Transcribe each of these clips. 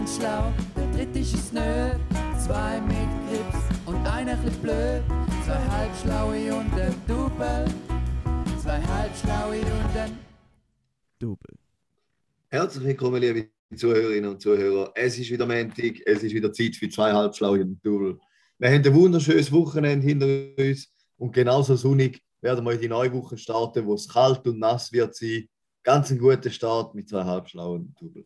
einen schlau, der dritte ist es nö. Zwei mit Grips und einer bisschen blöd. Zwei halbschlaue und ein Double. Zwei halbschlaue und ein Double. Herzlich willkommen, liebe Zuhörerinnen und Zuhörer. Es ist wieder Montag, es ist wieder Zeit für zwei halbschlaue und ein Double. Wir haben ein wunderschönes Wochenende hinter uns und genauso sonnig werden wir in die neue Woche starten, wo es kalt und nass wird sein. Ganz ein guter Start mit zwei halbschlauen und ein Double.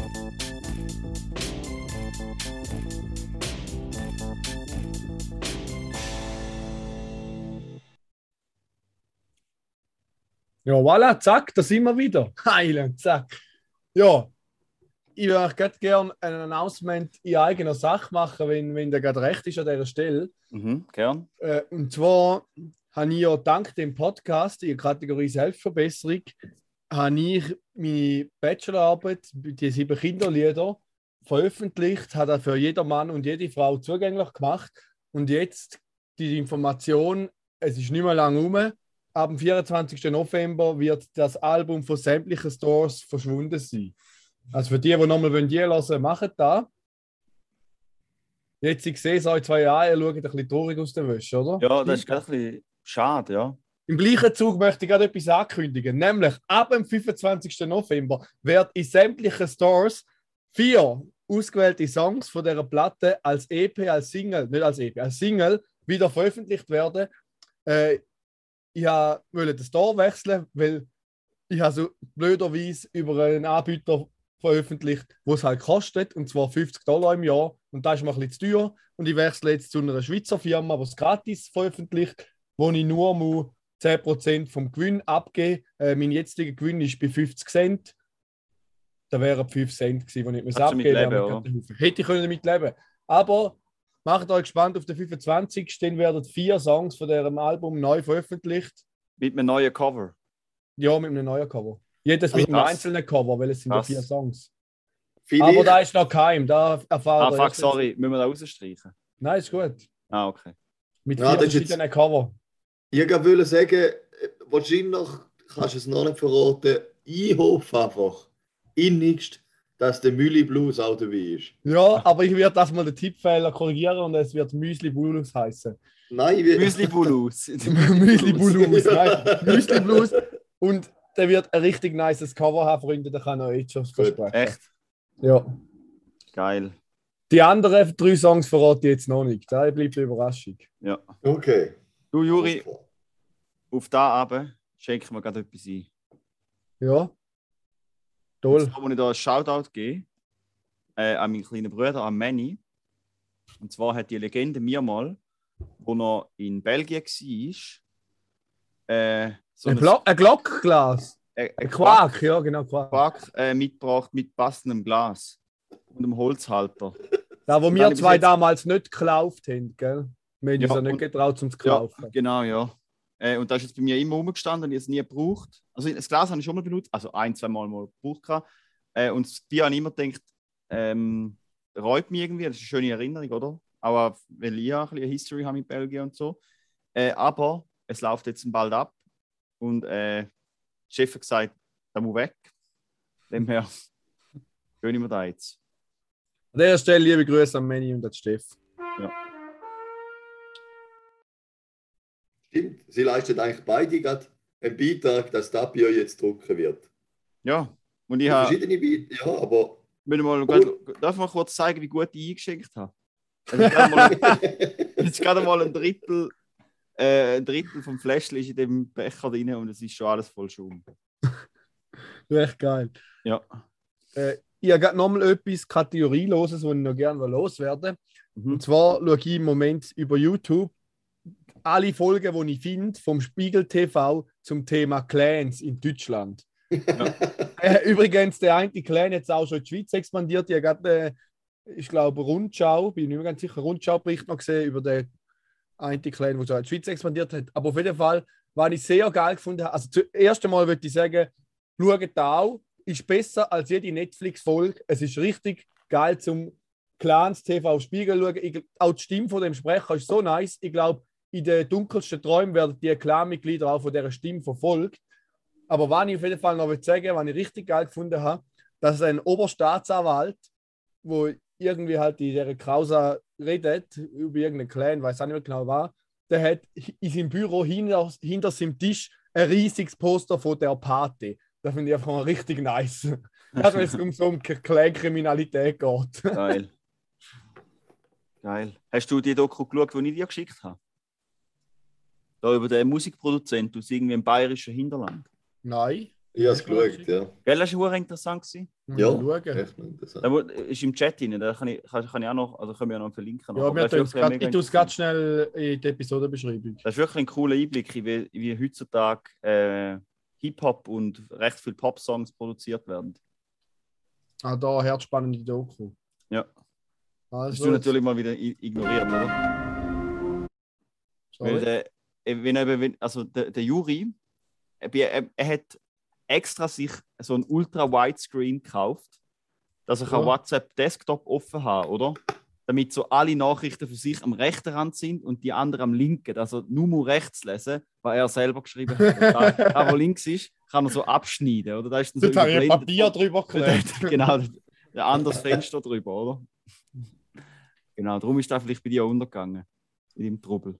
Ja, voilà, zack, da sind wir wieder. Heilen, zack. Ja, ich würde euch gerne ein Announcement in eigener Sache machen, wenn der gerade recht ist an dieser Stelle. Gern. Und zwar habe ich ja dank dem Podcast in der Kategorie Selbstverbesserung habe ich meine Bachelorarbeit, die 7 Kinderlieder, veröffentlicht, hat er für jeder Mann und jede Frau zugänglich gemacht. Und jetzt die Information, es ist nicht mehr lange rum. Ab dem 24. November wird das Album von sämtlichen Stores verschwunden sein. Also für die nochmal die hören wollen, macht das. Jetzt, ich sehe es euch 2 Jahre, ihr schaut ein bisschen traurig aus der Wäsche, oder? Ja, das ist gerade ein bisschen schade, ja. Im gleichen Zug möchte ich gerade etwas ankündigen. Nämlich, ab dem 25. November wird in sämtlichen Stores 4 ausgewählte Songs von dieser Platte als EP, als Single, nicht als EP, als Single wieder veröffentlicht werden. Ich wollte den Store wechseln, weil ich habe so blöderweise über einen Anbieter veröffentlicht, wo es halt kostet, und zwar $50 im Jahr. Und das ist mir ein bisschen zu teuer. Und ich wechsle jetzt zu einer Schweizer Firma, die es gratis veröffentlicht, wo ich nur 10% vom Gewinn abgebe. Mein jetziger Gewinn ist bei 50 Cent. Da wären 5 Cent gewesen, die ich abgeben musste. Hätte ich damit leben können. Aber macht euch gespannt auf den 25. Dann werden 4 Songs von diesem Album neu veröffentlicht. Mit einem neuen Cover. Ja, mit einem neuen Cover. Jedes mit einem einzelnen Cover, weil es sind ja 4 Songs. Vielleicht. Aber da ist noch kein. Da erfahren fuck, sorry. Müssen wir da rausstreichen? Nein, ist gut. Ah, okay. Mit 4 verschiedenen Cover. Ich wollte sagen, wahrscheinlich kannst du es noch nicht verraten. Ich hoffe einfach innigst, dass der Müsli Blues auch dabei ist. Ja, aber ich werde das mal den Tippfehler korrigieren und es wird Müsli Blues heißen. Nein, Müsli Blues. Müsli Blues, nein. Müsli Blues. Und der wird ein richtig nices Cover haben, Freunde, da kann ich euch jetzt schon versprechen. Echt? Ja. Geil. Die anderen 3 Songs verrate ich jetzt noch nicht. Da bleibt eine Überraschung. Ja. Okay. Du, Juri, auf da runter schenke ich mir gerade etwas ein. Ja. Toll. Und zwar muss ich da einen Shoutout geben an meinen kleinen Bruder, an Manny. Und zwar hat die Legende mir mal, wo er in Belgien war, so ein Glockglas. Ein Quark, ja, genau, Quark mitgebracht mit passendem Glas und einem Holzhalter. Da, wo wir 2 damals nicht gekauft haben, gell? Wir haben uns ja nicht getraut, um zu kaufen. Ja, genau, ja. Und das ist jetzt bei mir immer rumgestanden und ich habe es nie gebraucht. Also das Glas habe ich schon mal benutzt, also 1-2 Mal gebraucht. Und das Bier habe ich immer gedacht, reut mich irgendwie, das ist eine schöne Erinnerung, oder? Auch weil ich ja ein bisschen History habe mit Belgien und so. Aber es läuft jetzt bald ab und der Chef hat gesagt, da muss weg. Dem her gönne ich mir da jetzt. An dieser Stelle liebe Grüße an Manny und an Steff. Ja. Stimmt, sie leistet eigentlich beide gerade einen Beitrag, dass das Bier jetzt drucken wird. Ja, und ich habe... Verschiedene Beiträge, ja, aber... Darf ich mal kurz zeigen, wie gut ich eingeschenkt habe? Jetzt gerade mal ein Drittel vom Fläschchen ist in dem Becher drin und es ist schon alles voll Schaum. Echt geil. Ja. Ich habe gerade nochmal etwas Kategorieloses, was ich noch gerne loswerden will. Und zwar schaue ich im Moment über YouTube alle Folgen, die ich finde, vom Spiegel TV zum Thema Clans in Deutschland. Ja. Übrigens, der eine Clan jetzt auch schon in die Schweiz expandiert. Ich habe gerade, ich glaube, Rundschau, bin nicht mehr ganz sicher, Rundschau-Bericht noch gesehen über den einen Clan, der so in die Schweiz expandiert hat. Aber auf jeden Fall, was ich sehr geil gefunden habe, also zuerst einmal würde ich sagen, schaut da auch, ist besser als jede Netflix-Folge. Es ist richtig geil zum Clans TV Spiegel schauen. Auch die Stimme von dem Sprecher ist so nice. Ich glaube, in den dunkelsten Träumen werden die Clan-Mitglieder auch von dieser Stimme verfolgt. Aber was ich auf jeden Fall noch sagen will, was ich richtig geil gefunden habe, dass ein Oberstaatsanwalt wo irgendwie halt in dieser Causa redet, über irgendeinen Clan, weiß auch nicht mehr genau war, der hat in seinem Büro hinter seinem Tisch ein riesiges Poster von der Party. Das finde ich einfach mal richtig nice. Gerade wenn es um Clan-Kriminalität geht. Geil. Geil. Hast du die Doku geschaut, die ich dir geschickt habe? Da über den Musikproduzent aus irgendwie im bayerischen Hinterland. Nein. Ich habe es geschaut, ja. Gell, das war interessant. Ja, Schauen. echt interessant. Da ist im Chat rein, da kann ich auch noch, also können wir auch noch verlinken. Ja, ich tue es ganz schnell in die Episodenbeschreibung. Das ist wirklich ein cooler Einblick, wie heutzutage Hip-Hop und recht viele Pop-Songs produziert werden. Ah, da herzspannende Doku. Ja. Das Also, hast du natürlich mal wieder ignoriert, oder? sorry. Weil der Juri, er hat extra sich so ein Ultra-Widescreen gekauft, dass er Ja. WhatsApp Desktop offen haben, oder? Damit so alle Nachrichten für sich am rechten Rand sind und die anderen am linken. Also nur rechts lesen, was er selber geschrieben hat. Da, wo links ist, kann er so abschneiden, oder? Da ist dann so Dort habe ich ein überblendet. Papier drüber gelegt. Genau, ein anderes Fenster drüber, oder? Genau, darum ist das vielleicht bei dir untergegangen. In dem Trubel.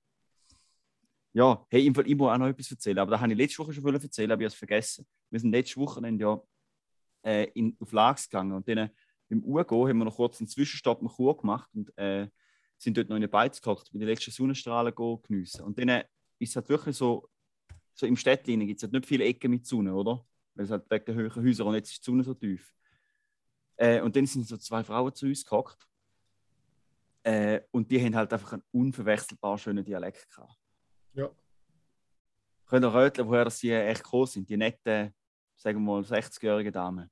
Ja, hey, im Fall, ich muss auch noch etwas erzählen, aber da habe ich letzte Woche schon erzählen, aber ich habe es vergessen. Wir sind letzte Wochenende ja auf Lags gegangen und dann beim Urgehen haben wir noch kurz einen Zwischenstopp in Chur gemacht und sind dort noch in den Beiz gehockt, bei den letzten Sonnenstrahlen geniessen. Und dann ist es halt wirklich so im Städtchen gibt es halt nicht viele Ecken mit Sonne, oder? Weil es halt wegen der höheren Häuser und jetzt ist die Sonne so tief. Und dann sind so zwei Frauen zu uns gehockt und die haben halt einfach einen unverwechselbar schönen Dialekt gehabt. Ja. Könnt ihr röteln, woher sie echt gekommen sind? Die netten, sagen wir mal, 60-jährigen Damen.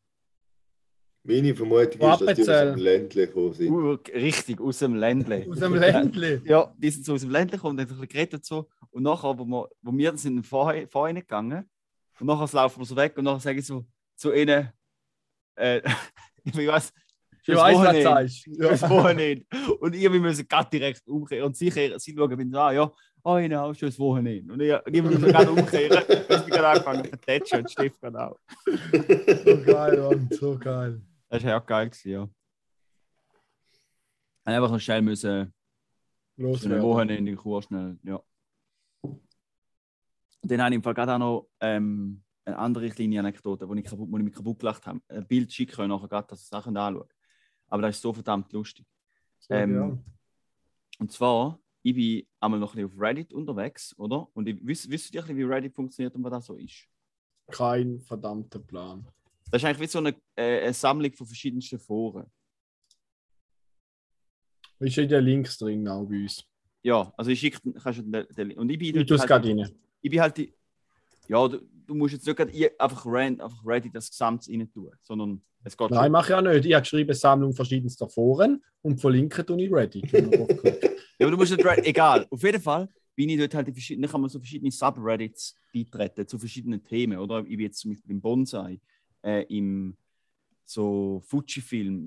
Meine Vermutung ist, dass die aus dem Ländle gekommen sind. Richtig, aus dem Ländle. Aus dem Ländle? Ja, die sind so aus dem Ländle gekommen und haben ein bisschen geredet. So. Und nachher, wo wir dann sind vorhin gegangen und nachher laufen wir so weg und nachher sage ich so zu ihnen, ich weiß, Ich weiß, was du sagst. Das Wochenende. Und wir müssen gerade direkt umkehren. Und sie schauen mich an, ja, oh, genau, schönes Wochenende. Und wir müssen gerade umkehren, weil sie gerade angefangen zu vertätschen und Stefan auch. So geil, Mann, so geil. Das war ja auch geil, ja. Einfach noch schnell müssen, so ein Wochenende in Chur schnell, ja. Und dann habe ich im Fall gerade auch noch eine andere kleine Anekdote, wo ich mich kaputt gelacht habe. Ein Bild schicken können, nachher gerade, dass ihr Sachen anschauen. Aber das ist so verdammt lustig. Und zwar, ich bin einmal noch ein bisschen auf Reddit unterwegs, oder? Und wisst ihr, wie Reddit funktioniert und was das so ist? Kein verdammter Plan. Das ist eigentlich wie so eine Sammlung von verschiedensten Foren. Ist in den Links drin, auch bei uns. Ja, also ich schicke, kannst du den und ich bin Ich tue es gerade rein. Ich bin halt ja, du musst jetzt nicht gerade einfach Reddit das Gesamte rein tun, sondern es geht Nein, mache ich auch nicht. Ich habe geschrieben, Sammlung verschiedenster Foren und verlinke tue ich Reddit. Ja, aber du musst nicht egal. Auf jeden Fall bin ich dort halt kann man so verschiedene Subreddits beitreten zu verschiedenen Themen, oder? Ich bin jetzt zum Beispiel im Bonsai, im so Fujifilm,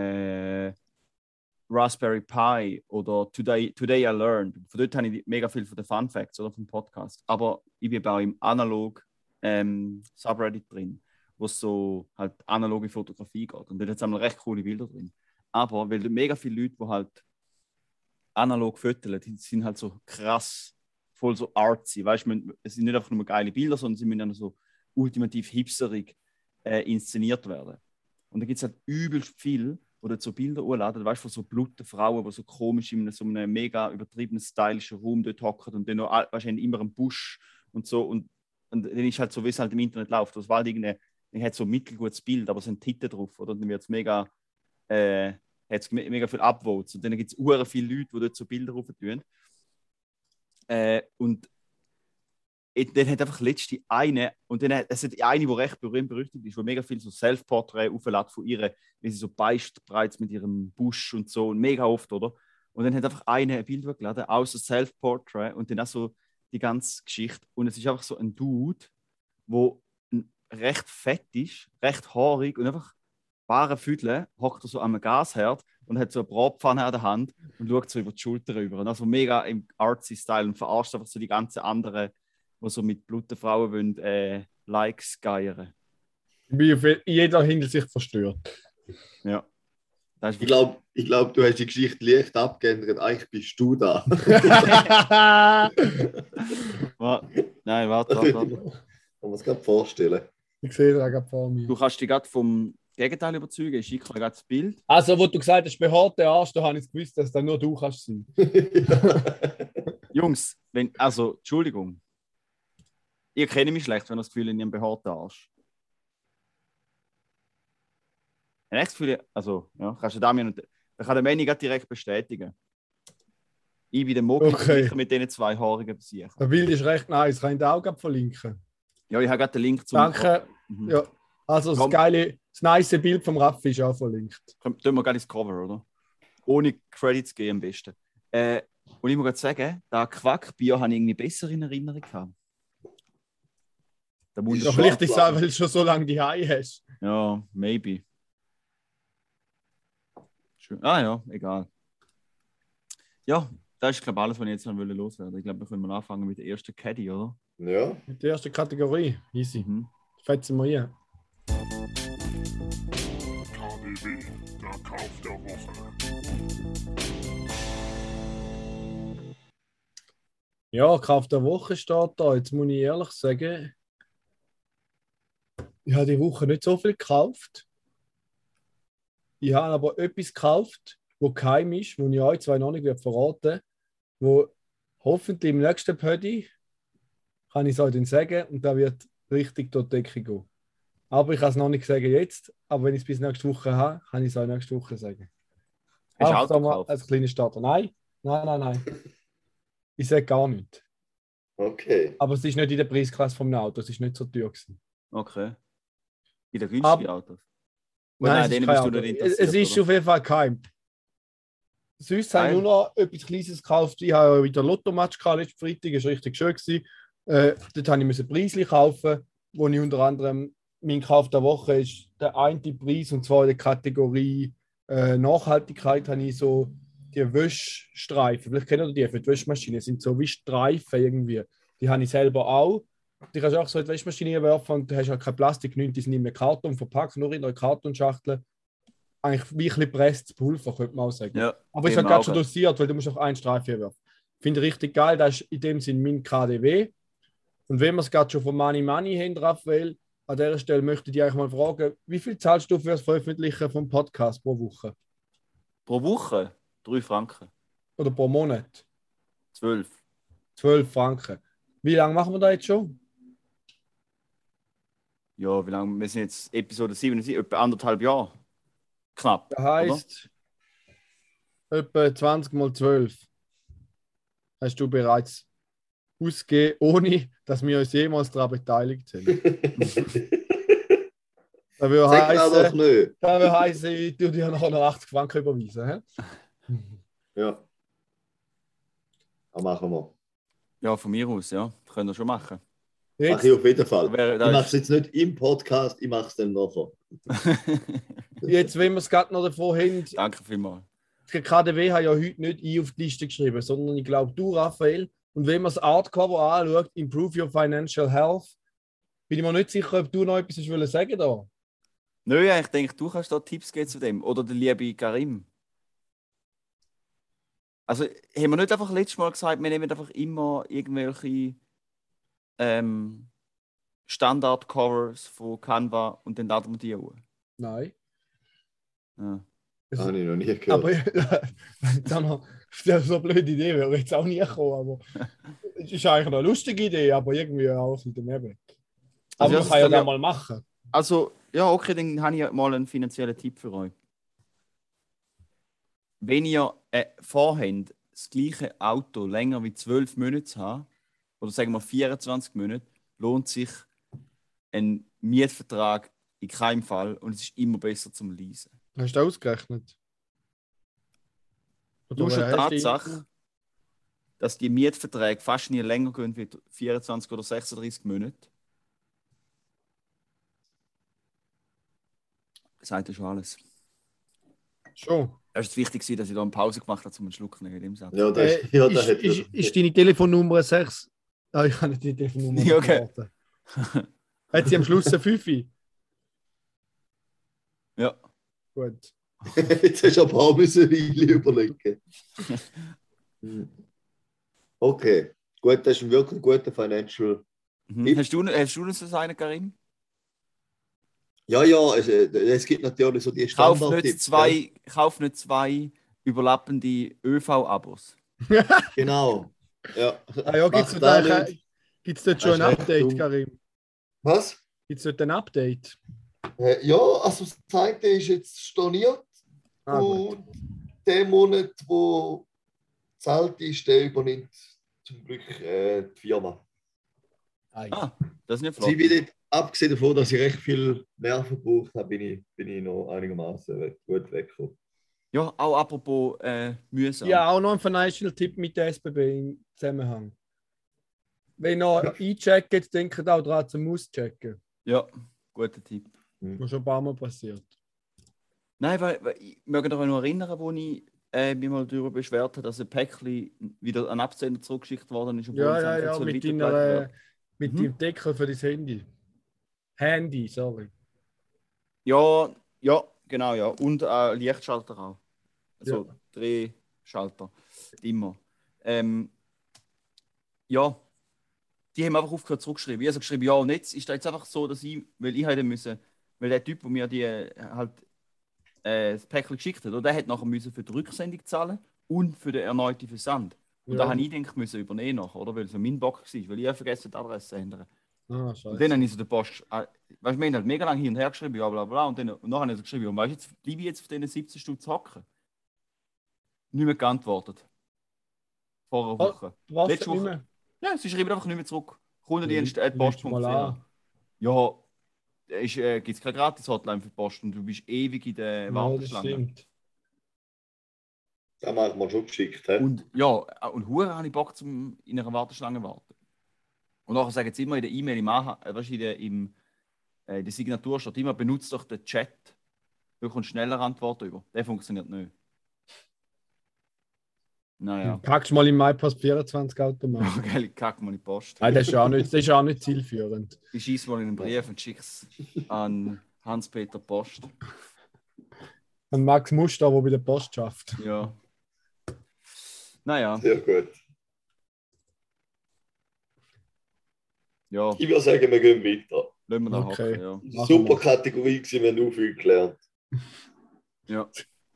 Raspberry Pi oder Today I Learned. Von dort habe ich mega viel von den Fun Facts oder vom Podcast. Aber ich bin auch im Analog Subreddit drin, wo es so halt analoge Fotografie geht. Und dort haben wir recht coole Bilder drin. Aber weil mega viele Leute, die halt analog fotografieren, die sind halt so krass, voll so artsy. Weißt du, es sind nicht einfach nur geile Bilder, sondern sie müssen dann so ultimativ hipsterig inszeniert werden. Und da gibt es halt übelst viel, oder so Bilder hochladen, weißt du, von so blutigen Frauen, die so komisch in so einem mega übertriebenen, stylischen Raum dort hocken und dann noch wahrscheinlich immer im Busch und so. Und dann ist halt so, wie es halt im Internet läuft. Das war halt hat so ein mittelgutes Bild, aber es sind Titel drauf, oder? Dann wird es mega viel Upvotes. Und dann gibt es viele Leute, die dort so Bilder rauf tun. Und dann hat einfach letzte eine, und dann es hat eine, die recht berühmt-berüchtigt ist, die mega viel so Self-Portrait auflädt von ihr, wie sie so beißt bereits mit ihrem Busch und so, und mega oft, oder? Und dann hat einfach eine ein Bild hochgeladen, außer Self-Portrait, und dann auch so die ganze Geschichte. Und es ist einfach so ein Dude, der recht fett ist, recht haarig und einfach bare Füdle, hockt er so am Gasherd und hat so eine Bratpfanne an der Hand und schaut so über die Schulter rüber. Und also mega im Artsy-Style und verarscht einfach so die ganzen anderen, die so mit blutigen Frauen wollen, Likes geiern. Ich bin in jeder Hinsicht verstört. Ja. Das ist Ich glaub, du hast die Geschichte leicht abgeändert. Eigentlich bist du da. Nein, warte. Kann man es gerade vorstellen. Ich sehe das gerade vor mir. Du kannst dich gerade vom Gegenteil überzeugen. Ich schicke dir gerade das Bild. Also, wo du gesagt hast, behaarte Arsch, da habe ich gewusst, dass dann nur du kannst sein. Jungs, Entschuldigung. Ihr kennt mich schlecht, wenn ihr das Gefühl habt, ich habe einen behaarten Arsch. Ich habe das Gefühl, kannst du Damian da kann der Manny gerade direkt bestätigen. Ich bin der Moki mit diesen zwei haarigen Besiegen. Der Bild ist recht nice, kann ich den auch gerade verlinken. Ja, ich habe gerade den Link zum... Danke. Ja, also das nice Bild vom Raffi ist auch verlinkt. Tun wir gerade ins Cover, oder? Ohne Credits gehen am besten. Und ich muss gerade sagen, da Quackbier habe ich irgendwie besser in Erinnerung gehabt. Ja, vielleicht ist es auch, weil du schon so lange die Hai hast. Ja, maybe. Ja, egal. Ja, das ist, glaube ich, alles, was ich jetzt noch loswerden wollte. Ich glaube, wir können anfangen mit der ersten Caddy, oder? Ja. Mit der ersten Kategorie. Easy. Fetzen wir hier. KDW, der Kauf der Woche. Ja, Kauf der Woche steht da. Jetzt muss ich ehrlich sagen, ich habe die Woche nicht so viel gekauft. Ich habe aber etwas gekauft, wo geheim ist, wo ich euch zwei noch nicht verraten werde, wo hoffentlich im nächsten Pödi kann ich es euch dann sagen und da wird richtig durch die Decke gehen. Aber ich kann es noch nicht sagen jetzt, aber wenn ich es bis nächste Woche habe, kann ich es euch nächste Woche sagen. Hast du Auch Auto da mal gekauft? als kleiner Starter. Nein. Ich sage gar nichts. Okay. Aber es ist nicht in der Preisklasse vom Auto, es ist nicht so teuer gewesen. Okay. In der günstigen Autos? Nein, denen es bist ist, du kein nicht Auto. interessiert, Es ist oder? auf jeden Fall kein. Sonst habe ich Geil. nur noch etwas Kleines gekauft. Ich habe ja wieder Lotto-Match gehabt letzten Freitag, das war richtig schön gewesen. Dort habe ich Preisli kaufen, wo ich unter anderem mein Kauf der Woche ist der eine Preis, und zwar in der Kategorie Nachhaltigkeit habe ich so die Wäschstreifen. Vielleicht kennt ihr die für die Wäschmaschine, das sind so wie Streifen irgendwie. Die habe ich selber auch. Die kannst du auch so in die Wäschmaschine werfen und du hast halt kein Plastik, nichts, die sind nicht mehr Karton verpackt, nur in einer Kartonschachtel. Eigentlich wie ein bisschen gepresstes Pulver, könnte man auch sagen. Ja, Aber ist eben halt gerade auch, schon dosiert, weil du musst auch einen Streifen werfen. Finde ich richtig geil, das ist in dem Sinn mein KDW. Und wenn wir es gerade schon von Money haben, Raphael, an dieser Stelle möchte ich dich eigentlich mal fragen, wie viel zahlst du für das Veröffentlichen vom Podcast pro Woche? Pro Woche 3 Franken. Oder pro Monat? 12. 12 Franken. Wie lange machen wir da jetzt schon? Ja, wie lange? Wir sind jetzt Episode 77, etwa 1,5 Jahre. Knapp. Das heisst, etwa 20 mal 12 hast du bereits ausgegeben, ohne dass wir uns jemals daran beteiligt sind. Das würde Sag mir doch nicht. heißen, ich tue dir nachher noch 80 Franken überweisen. He? Ja. Das machen wir. Ja, von mir aus, ja. Können wir schon machen. Mach Jetzt, ich auf jeden Fall. Wäre- Ich das mache es jetzt nicht im Podcast, ich mache es dann nachher. jetzt, wenn wir es gerade noch davor haben, Danke vielmals. die KDW hat ja heute nicht ich auf die Liste geschrieben, sondern ich glaube, du, Raphael. Und wenn man das Artcover anschaut, Improve Your Financial Health, bin ich mir nicht sicher, ob du noch etwas sagen da. Nö, ja, ich denke, du kannst da Tipps geben zu dem. Oder der liebe Karim. Also, haben wir nicht einfach letztes Mal gesagt, wir nehmen einfach immer irgendwelche Standard-Covers von Canva und dann laden wir die an. Nein. Ja. Das habe ich noch nie gehört. Aber das ist so eine blöde Idee, wäre jetzt auch nie gekommen. Aber es ist eigentlich eine lustige Idee, aber irgendwie auch mit dem Mehrweg. Aber Also, man kann ja das das mal machen. Also, ja, okay, dann habe ich mal einen finanziellen Tipp für euch. Wenn ihr vorhabt, das gleiche Auto länger wie 12 Monate zu haben, oder sagen wir 24 Monate, lohnt sich ein Mietvertrag in keinem Fall und es ist immer besser zum Leasen. Hast du ausgerechnet? Nur schon die hast du Tatsache, dass die Mietverträge fast nie länger gehen wie 24 oder 36 Monate. Das sagt ja schon alles. Schon. Es ist wichtig, dass ich da eine Pause gemacht habe, um einen Schluck zu nehmen in dem Satz. Ja, das hat Ist deine Telefonnummer 6? Ah, ich kann nicht die Telefonnummer Ja, okay. verraten. Hat sie am Schluss eine 5? Ja. Gut. Jetzt hast du aber auch eine Weile überlegen. Okay, gut, das ist ein wirklich guter Financial. Hast du noch so einen, Karim? Ja, es gibt natürlich so die Kauf Standard-Tipps. nicht zwei überlappende ÖV-Abos. Genau. Ja. Ah ja, gibt es dort schon ein Update, Karim? Was? Gibt es dort ein Update? Ja, also das zweite ist jetzt storniert. Gut. Und der Monat, wo zahlt ist, der übernimmt zum Glück die Firma. Das ist nicht flott. Sie bin abgesehen davon, dass ich recht viel Nerven gebraucht habe, bin ich noch einigermaßen gut weggekommen. Ja, auch apropos mühsam. Ja, auch noch ein Financial-Tipp mit der SBB im Zusammenhang. Wenn ihr eincheckt, denkt auch daran zum Auschecken. Ja, guter Tipp. Was schon ein paar Mal passiert. Nein, weil ich möchte mich noch erinnern, wo ich mich mal darüber beschwert habe, dass ein Päckchen wieder an Absender zurückgeschickt worden ist. Ja, mit dem Deckel für das Handy, sorry. Ja, genau, ja. Und Lichtschalter auch. Also Drehschalter. Immer. Ja, die haben einfach aufgehört zurückgeschrieben. Ich habe geschrieben, ja, und jetzt ist das jetzt einfach so, dass weil der Typ, der mir das Päckchen geschickt hat, der hat nachher für die Rücksendung zahlen und für den erneuten Versand. Und da habe ich gedacht, übernehmen nachher, oder? Weil es mein Bock war, weil ich vergessen die Adresse zu ändern. Und dann habe ich so der Post, weißt du, wir haben halt mega lange hin und her geschrieben, ja, bla bla, und nachher habe ich so geschrieben, und weißt du, jetzt bleibe ich jetzt auf diesen 17 Stunden hocken. Nicht mehr geantwortet. Vor einer Woche. Was? Letzte Woche. Mehr? Ja, sie schreiben einfach nicht mehr zurück. Kundendienst Post.ch. Ja, gibt es keine Gratis-Hotline für die Post und du bist ewig in der Warteschlange. Ja, das stimmt. Das haben wir schon geschickt. He? Und Hure habe ich Bock, in einer Warteschlange zu warten. Und nachher sagen sie immer in der E-Mail, in der Signatur steht immer, benutzt doch den Chat. Du bekommst schneller Antworten über. Der funktioniert nicht. Naja. Packst mal in MyPost 24 Automat. Geil, ich kack mal in die Post. Nein, das ist auch nicht zielführend. Ich schieße mal in einen Brief und schicke es an Hans-Peter Post. Und Max Muster, der bei der Post schafft. Ja. Naja. Sehr gut. Ja. Ich würde sagen, wir gehen weiter. Lassen wir da Okay. hocken, ja. Super Kategorie, wir haben auch viel gelernt. Ja.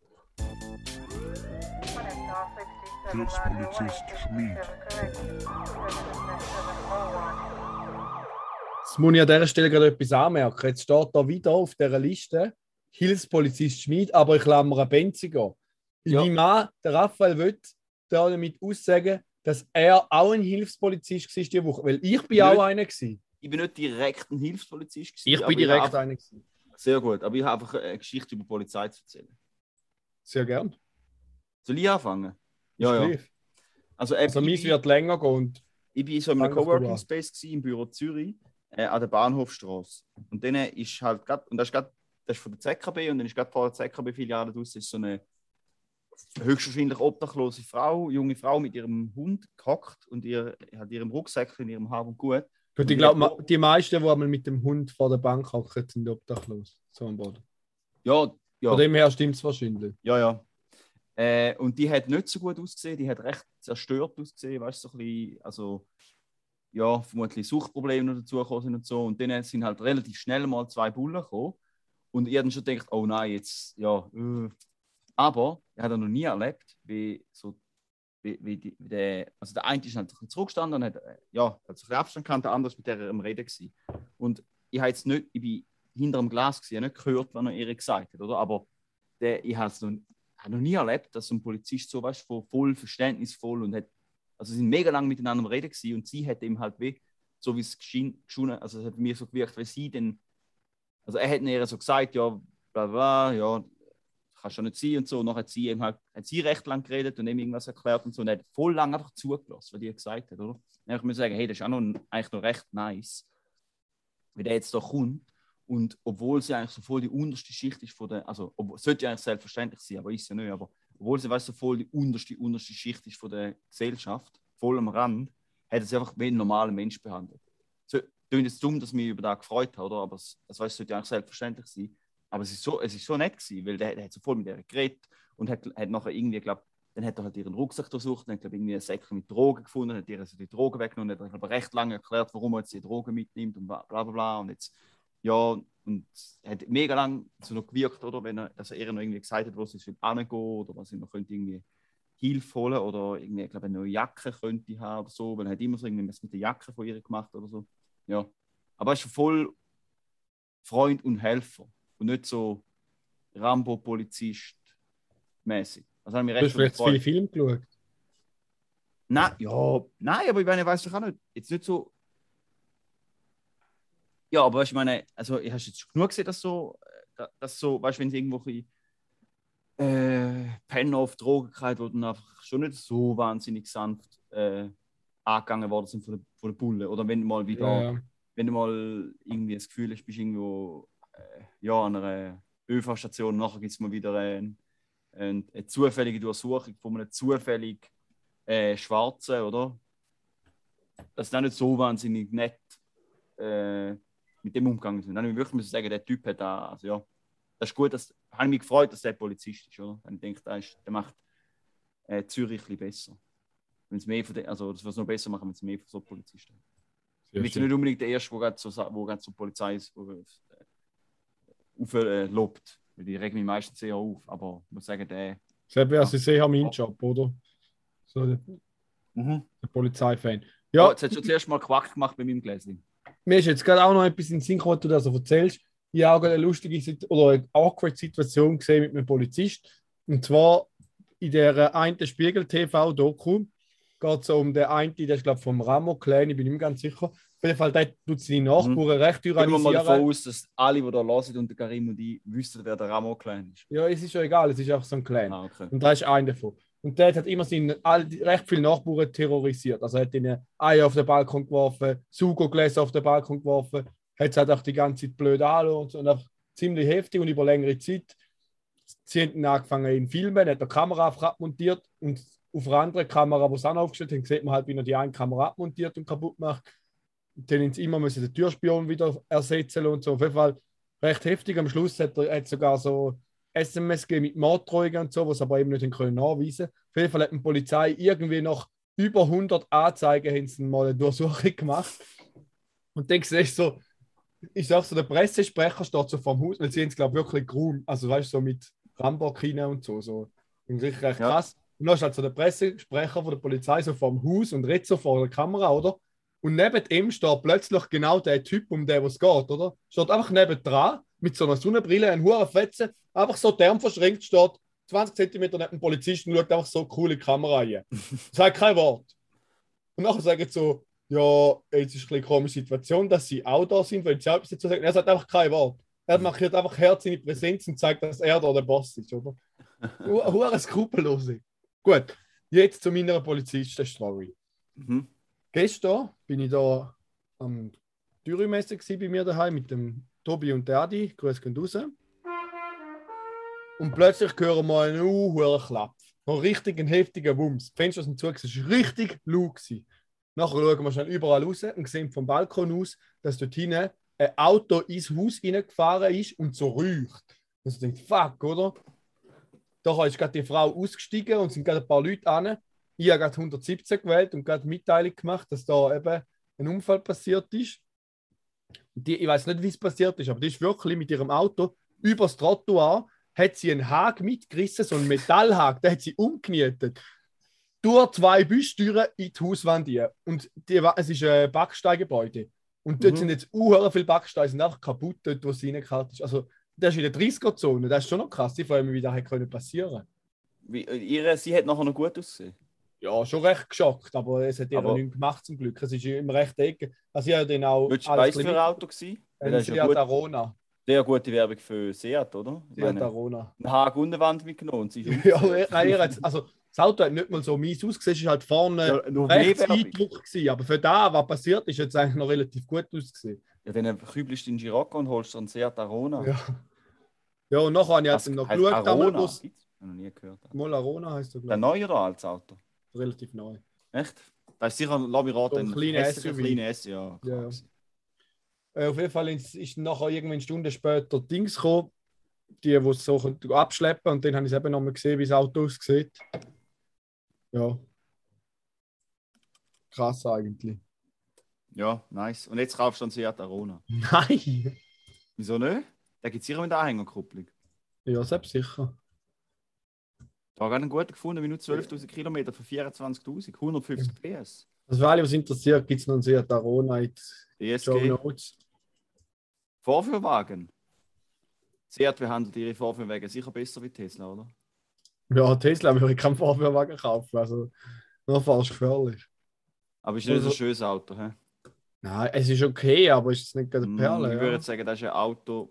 Hilfspolizist Schmid. Jetzt muss ich an dieser Stelle gerade etwas anmerken. Jetzt steht da wieder auf dieser Liste Hilfspolizist Schmid, aber ich klammer ein Benziger. Ja. Mein Mann, der Raphael, will da damit aussagen, dass er auch ein Hilfspolizist war diese Woche. Weil ich bin auch einer gewesen. Ich bin nicht direkt ein Hilfspolizist gewesen, Ich aber bin direkt habe einer gewesen. Sehr gut, aber ich habe einfach eine Geschichte über die Polizei zu erzählen. Sehr gern. Soll ich anfangen? Ja. Also meins wird länger gehen. Und ich war so in einem Fang doch du Coworking an. Space im Büro Zürich, an der Bahnhofstrasse. Und dann ist halt gerade, und das ist von der ZKB, und dann ist gerade vor der ZKB-Filiale draussen ist so eine höchstwahrscheinlich obdachlose Frau, junge Frau mit ihrem Hund gehockt und hat ihrem Rucksack in ihrem Hab und Gut. ich glaube, die meisten, die einmal mit dem Hund vor der Bank hocken, sind obdachlos. So am Boden. Ja. Von dem her stimmt es wahrscheinlich. Ja. Und die hat nicht so gut ausgesehen, die hat recht zerstört ausgesehen, weißt du, so ein bisschen, also ja, vermutlich Suchtprobleme noch dazugekommen sind und so. Und dann sind halt relativ schnell mal 2 Bullen gekommen. Und ich habe dann schon gedacht, oh nein, jetzt, ja. Aber ich habe noch nie erlebt, also der eine ist halt zurückgestanden und hat so ein bisschen Abstand gehabt, der andere war mit der am Reden gewesen. Und ich habe jetzt nicht, ich bin hinter dem Glas gewesen, ich habe nicht gehört, was er ihr gesagt hat, oder? Aber ich habe noch nie erlebt, dass so ein Polizist so, weißt du, voll verständnisvoll und also sie sind mega lang miteinander am Reden gewesen und sie hat ihm halt so wie es geschonen, also es hat mir so gewirkt, weil sie dann, also er hat ihr so gesagt, ja, bla bla, ja, kannst schon nicht sein und so, und dann hat sie recht lang geredet und ihm irgendwas erklärt und so, und er hat voll lang einfach zugelassen, was die gesagt hat, oder? Dann muss ich sagen, hey, das ist auch eigentlich noch recht nice, wie der jetzt da kommt. Und obwohl sie eigentlich so voll die unterste Schicht ist sollte ja eigentlich selbstverständlich sein, aber ist ja nicht, aber obwohl sie so voll die unterste Schicht ist von der Gesellschaft, voll am Rand, hat er sie einfach wie ein normaler Mensch behandelt. So, klingt jetzt dumm, dass mich über das gefreut hat, oder? Aber das sollte ja eigentlich selbstverständlich sein. Aber es ist so nett gewesen, weil der hat so voll mit ihr geredet und hat nachher irgendwie, glaube dann hat er halt ihren Rucksack durchsucht und hat, irgendwie einen Säckchen mit Drogen gefunden, hat ihr also die Drogen weggenommen und hat aber recht lange erklärt, warum er jetzt die Drogen mitnimmt und bla bla bla. Und jetzt, ja, und hat mega lang so noch gewirkt, oder, dass er ihr noch irgendwie gesagt hat, wo sie hingehen oder was sie noch könnte irgendwie Hilfe holen oder irgendwie, ich glaube, eine neue Jacke könnte haben oder so, weil er hat immer so irgendwie was mit der Jacke von ihr gemacht oder so. Ja. Aber er ist voll Freund und Helfer und nicht so Rambo-Polizist-mäßig. Also Du hast vielleicht zu viele Filme geschaut. Nein, aber ich meine, ich weiß doch auch nicht. Jetzt nicht so. Ja, aber ich meine, also ich habe jetzt schon genug gesehen, dass so, weißt du, wenn es irgendwo Penner auf Drogen gekriegt wurden, einfach schon nicht so wahnsinnig sanft angegangen worden sind von der Bulle. Oder wenn du mal wieder, wenn du mal irgendwie das Gefühl hast, bist irgendwo an einer ÖV-Station, nachher gibt es mal wieder eine zufällige Durchsuchung von einem zufällig Schwarzen, oder? Das ist auch nicht so wahnsinnig nett mit dem umgegangen sind. Dann habe ich wirklich sagen, der Typ hat da, also ja, das ist gut, habe ich mich gefreut, dass der Polizist ist, oder? Ich denke, der macht Zürich ein bisschen besser. Wenn es mehr von also das wird es noch besser machen, wenn es mehr von so Polizisten hat. Ich bin nicht unbedingt der Erste, der gerade so Polizei ist, lobt. Weil die regen mich meistens sehr auf. Aber ich muss sagen, der. Das wäre sehr mein Job, oder? So der Polizeifan. Ja, jetzt hast du zuerst mal Quack gemacht bei meinem Gläschen. Mir ist jetzt gerade auch noch etwas in den Sinn gekommen, was du da so erzählst. Ich habe auch eine lustige oder eine awkward Situation gesehen mit einem Polizist. Und zwar in der einen Spiegel-TV-Doku geht es um den einen, der ist, glaube ich, vom Ramo-Clan, ich bin nicht mehr ganz sicher. Auf jeden Fall, der tut seine Nachbarn recht tyrannisieren. Gehen wir mal davon aus, dass alle, die da hören und der Karim und ich, wüssten, wer der Ramo-Clan ist. Ja, es ist schon egal, es ist einfach so ein Clan. Okay. Und da ist einer davon. Und der hat immer recht viele Nachbarn terrorisiert. Also er hat ihnen Eier auf den Balkon geworfen, Sugogläser auf den Balkon geworfen, hat es halt auch die ganze Zeit blöd angeschaut und einfach ziemlich heftig und über längere Zeit. Sie haben angefangen ihn filmen, hat eine Kamera abmontiert und auf einer anderen Kamera, die sie auch noch aufgestellt haben, sieht man halt, wie er die eine Kamera abmontiert und kaputt macht. Dann haben sie immer den Türspion wieder ersetzen und so. Auf jeden Fall recht heftig. Am Schluss hat sogar so SMS gegeben mit Morddrohungen und so, was aber eben nicht nachweisen können. Auf jeden Fall hat die Polizei irgendwie nach über 100 Anzeigen haben sie mal eine Durchsuchung gemacht. Und dann siehst du so, ich sag so, der Pressesprecher steht so vorm Haus, weil sie haben es, glaube ich, wirklich grün, also weißt du, so mit Rambock-Kine und so. Wirklich recht krass. Und dann ist halt so der Pressesprecher von der Polizei so vorm Haus und redet so vor der Kamera, oder? Und neben ihm steht plötzlich genau der Typ, um den es geht, oder? Steht einfach neben dran, mit so einer Sonnenbrille, ein hoher Fetzen, einfach so der Arm verschränkt, steht 20 cm neben dem Polizisten und schaut einfach so coole Kamera ein. Sagt kein Wort. Und nachher sagen sie so, ja, jetzt ist eine komische Situation, dass sie auch da sind, weil sie auch etwas dazu sagen. Er sagt einfach kein Wort. Er markiert einfach Herz in die Präsenz und zeigt, dass er da der Boss ist, oder? Hure skrupellose. Gut, jetzt zu meiner Polizisten-Story. Gestern bin ich da am Dürremesse bei mir daheim mit dem Tobi und der Adi. Grüß gehen raus. Und plötzlich hören wir einen hohen Klapp. Noch richtig einen heftigen Wumms. Die Fenster sind zu, es war richtig laut. Nachher schauen wir schnell überall raus und sehen vom Balkon aus, dass dort hinten ein Auto ins Haus reingefahren ist und so räucht. Und ich denke, fuck, oder? Da ist gerade die Frau ausgestiegen und sind gerade ein paar Leute an. Ich habe gerade 117 gewählt und gerade Mitteilung gemacht, dass da eben ein Unfall passiert ist. Ich weiß nicht, wie es passiert ist, aber die ist wirklich mit ihrem Auto übers Trottoir, hat sie einen Haken mitgerissen, so einen Metallhaken, den hat sie umgenietet. Durch 2 Büsstüren in die Hauswand rein. Und es ist ein Backsteingebäude. Und dort sind jetzt viele Backsteine, sind einfach kaputt, dort wo sie reingehalten ist. Also, das ist in der 30er-Zone, das ist schon noch krass. Ich frage mich, wie das hätte passieren können. Sie hat nachher noch gut ausgesehen? Ja, schon recht geschockt, aber es hat ihr nichts gemacht zum Glück. Es ist im rechten Ecke. Also ich habe dann auch... Weißt du, für ein Auto gewesen? Ein Seat Arona. Sehr gute Werbung für Seat, oder? Seat Arona. Ein Haken und eine Wand mitgenommen und sie ist also das Auto hat nicht mal so mies ausgesehen, es ist halt vorne rechts Eindruck gewesen. Aber für das, was passiert ist, hat es eigentlich noch relativ gut ausgesehen. Ja, dann kübelst du in Girocco und holst einen Seat Arona. Ja, und nachher habe ich jetzt noch geschaut. Arona? Ich habe noch nie gehört. Mal Arona heisst er, glaube ich. Der neue oder altes Auto? Relativ neu. Echt? Das ist sicher ein Labyrinth, ein kleiner SUV. Ja. Auf jeden Fall ist nachher irgendwann eine Stunde später Dings gekommen. die es so abschleppen und dann habe ich es eben nochmal gesehen, wie das Auto aussieht. Ja. Krass eigentlich. Ja, nice. Und jetzt kaufst du einen Seat Arona. Nein! Wieso nicht? Da gibt es sicher mit der Anhängerkupplung. Ja, selbst sicher. Da habe ich einen guten gefunden, wie nur 12.000 Kilometer für 24.000, 150 PS. Also für alle, was interessiert, gibt es noch einen Seat Arona in den Show DSG. Notes. Vorführwagen. Seat behandelt ihre Vorführwagen sicher besser wie Tesla, oder? Ja, Tesla würde ich keinen Vorführwagen kaufen. Also, noch fast gefährlich. Aber ist nicht Also- ein schönes Auto, hä? Nein, es ist okay, aber es ist nicht gerade eine Perle. Ich würde Ja. jetzt sagen, das ist ein Auto,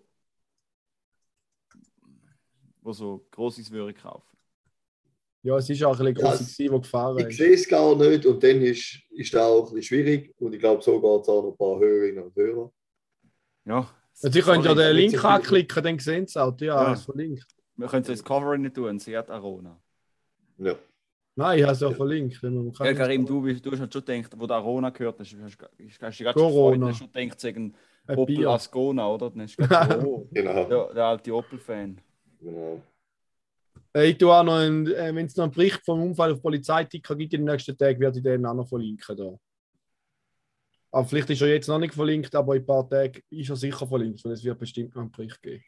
das so grosses würde ich kaufen. Ja, es ist auch ein bisschen Ja, groß, gewesen, wo gefahren Ich ist. sehe es gar nicht und dann ist das auch ein bisschen schwierig und ich glaube, so geht es auch noch ein paar Hörerinnen und Hörer. Ja. Ja, Sie können ja sorry, den nicht Link so viel- anklicken, dann sehen Sie es auch. Ja, Ja. es verlinkt. Wir können es ins Cover nicht tun, Seat Arona. Ja. Nein, ich habe es ja verlinkt. Man kann Ja, es- Karim, du hast schon gedacht, wo der Arona gehört hast, hast du dich gerade schon Corona. gefreut, hast schon gedacht, sagen Ein Opel Bier. Ascona, oder? Dann hast du gedacht, oh, Genau. ja, der alte Opel-Fan. Genau. Ich tue auch noch, wenn es noch einen Bericht vom Unfall auf Polizeiticker gibt in den nächsten Tagen, werde ich den auch noch verlinken. Da. Aber vielleicht ist er jetzt noch nicht verlinkt, aber in ein paar Tagen ist er sicher verlinkt, weil es wird bestimmt noch einen Bericht geben.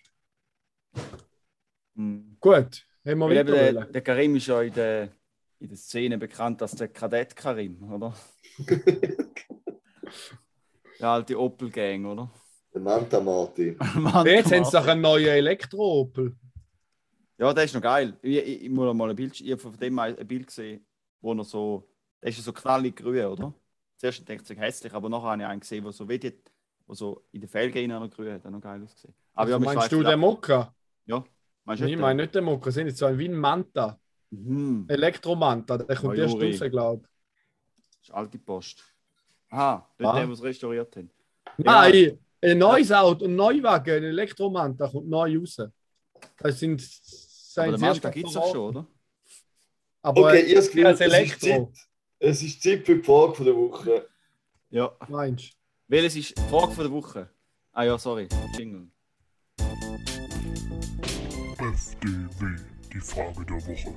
Mhm. Gut, haben wir Weil eben weiter. der Karim ist ja in der Szene bekannt als der Kadett Karim, oder? Der alte Opel-Gang, oder? Der Manta Martin. Mann, Jetzt haben sie Mann. doch einen neuen Elektro-Opel. Ja, der ist noch geil. Ich muss mal ich habe von dem mal ein Bild gesehen, wo er so, der ist ja so knallig grün, oder? Zuerst denke ich, hässlich, aber nachher habe ich einen gesehen, der so wie die, wo so in den Felgen noch grün hat, noch geil ausgesehen. Aber Also, wir meinst du schweifen den ab. Mokka? Ja, meinst du Ich nicht meine nicht den Mokka, sind jetzt so ein wie ein Manta. Mhm. Elektromanta, der kommt Ja, erst Juri. raus, glaube ich. Das ist alte Post. Aha, dort der, der es restauriert haben. Nein, ein neues Auto, ein Neuwagen, ein Elektromanta kommt neu raus. Das sind Aber sein den erster Manta gibt es doch schon, oder? Aber Okay, ihr habt als es ist Elektro, Zeit. Es ist Zeit für die Frage von der Woche. Ja. meinst du? Welches ist die Frage von der Woche? Ah ja, sorry, Jingle. FDW, die Frage der Woche.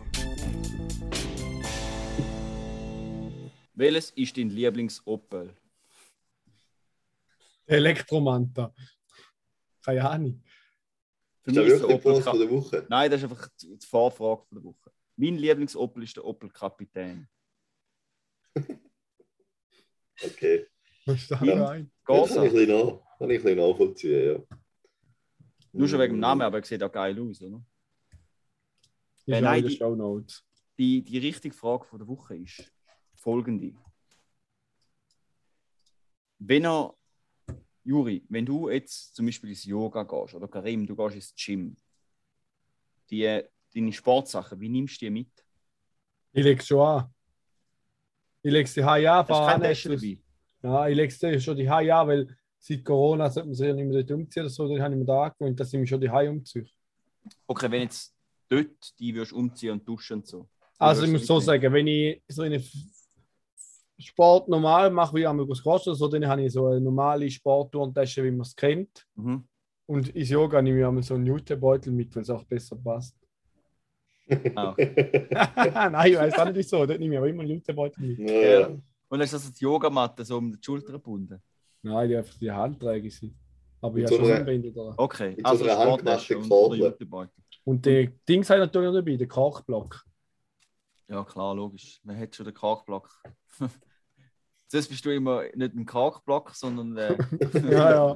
Welches ist dein Lieblings-Opel? Elektromanta. Keine Ahnung. Für Ist das mich ist wirklich die der Frage Opel. von der Woche? Nein, das ist einfach die Vorfrage von der Woche. Mein Lieblings-Opel ist der Opel Kapitän. Okay. Was ist da Ja. rein? Ja, das kann ich Corsa. ein bisschen nachvollziehen, ja. Nur schon wegen dem Namen, aber er sieht auch geil aus, oder? Ist auch nein, in den die- Shownotes. Die richtige Frage von der Woche ist folgende. Juri, wenn du jetzt zum Beispiel ins Yoga gehst, oder Karim, du gehst ins Gym, deine Sportsachen, wie nimmst du die mit? Ich lege es schon an. Ich lege es die Haie an. Hast du fahre keine an, Tasche dabei? Ja, ich lege es schon die Haie an, weil seit Corona sollte man sich ja nicht mehr dort umziehen oder so. Dann habe ich mir da angewöhnt, dass ich mich schon die Haie umziehe. Okay, wenn jetzt dort die würdest umziehen und duschen und so. Also Wie ich würdest muss du so mitnehmen? sagen, wenn ich so einen Sport normal mache, wie einmal Squash oder so, dann habe ich so eine normale Sportturntasche, wie man es kennt. Mhm. Und ins Yoga nehme ich einmal so einen Newtonbeutel mit, weil es auch besser passt. Ah, okay. Nein, ich weiß auch nicht wieso, dort nehme ich aber immer einen Newtonbeutel mit. Ja. Und hast du das als Yogamatte so um die Schulter gebunden? Nein, die einfach die Handträge sind. Aber Mit ich habe so schon einer- Sonnenbinde dran. Okay, Mit also so einer Sporttasche handgemachten und Kordel. Jutebeutel. Und die Dings habe ich natürlich noch dabei, den Kochblock. Ja, klar, logisch. Wer hat schon den Kalkblock? Sonst bist du immer nicht ein Kalkblock, sondern Ja.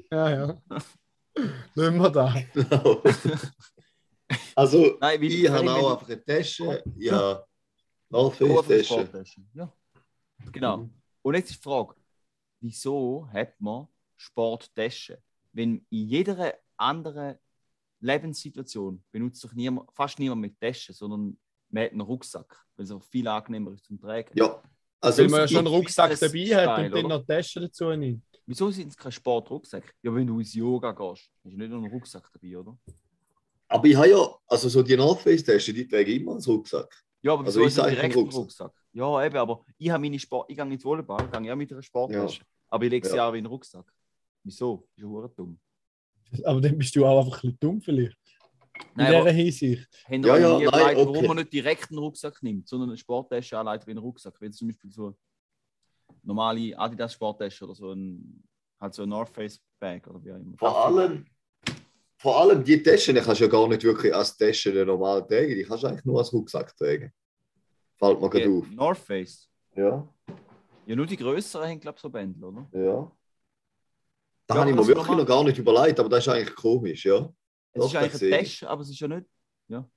Nehmen wir da. Genau. Also, Nein, wie- ich habe wenn- auch einfach eine Tasche. Ja, Nur für die North-Face-Tasche. Sporttasche. Ja, genau. Und jetzt ist die Frage, wieso hat man Sporttaschen? Wenn in jeder anderen Lebenssituation benutzt doch fast niemand mit Taschen, sondern man hat einen Rucksack, weil es auch viel angenehmer ist zum Tragen. Ja, also Weil man ja schon einen ich- Rucksack das dabei ist hat geil, und dann oder? noch Taschen dazu nimmt. Wieso sind es keine Sportrucksäcke? Ja, wenn du ins Yoga gehst, hast du nicht nur einen Rucksack dabei, oder? aber ich habe ja, also so die North-Face-Tasche, die trage ich immer als Rucksack. Ja, aber Also wieso ich ist das sage direkt keinen ein Rucksack? Ja, eben, aber ich habe meine ich gehe ins Volleyball, gehe ich auch mit einer Sporttasche. Aber ich lege sie Ja. auch wie einen Rucksack. Wieso? Das ist ja verdammt dumm. Aber dann bist du auch einfach ein bisschen dumm vielleicht. Nein, dieser aber Hinsicht. haben Ja, wir ja, nie nein, überlegt, warum okay. man nicht direkt einen Rucksack nimmt, sondern eine Sporttasche anleitet wie einen Rucksack. Wenn es zum Beispiel so normale Adidas Sporttasche oder so so ein North Face Bag oder wie auch immer. Vor allem die Taschen kannst du ja gar nicht wirklich als Tasche normal tragen. Die kannst du eigentlich nur als Rucksack tragen. Fällt mir gerade auf. North Face. Ja, Ja, nur die größeren haben, glaube ich, so Bändel, oder? ja. Da Ja, habe ich aber mir das ist wirklich normal. noch gar nicht überlegt, aber das ist eigentlich komisch, ja. Es Doch, ist das eigentlich sehe eine ich. Tasche, aber es ist ja nicht. Ja.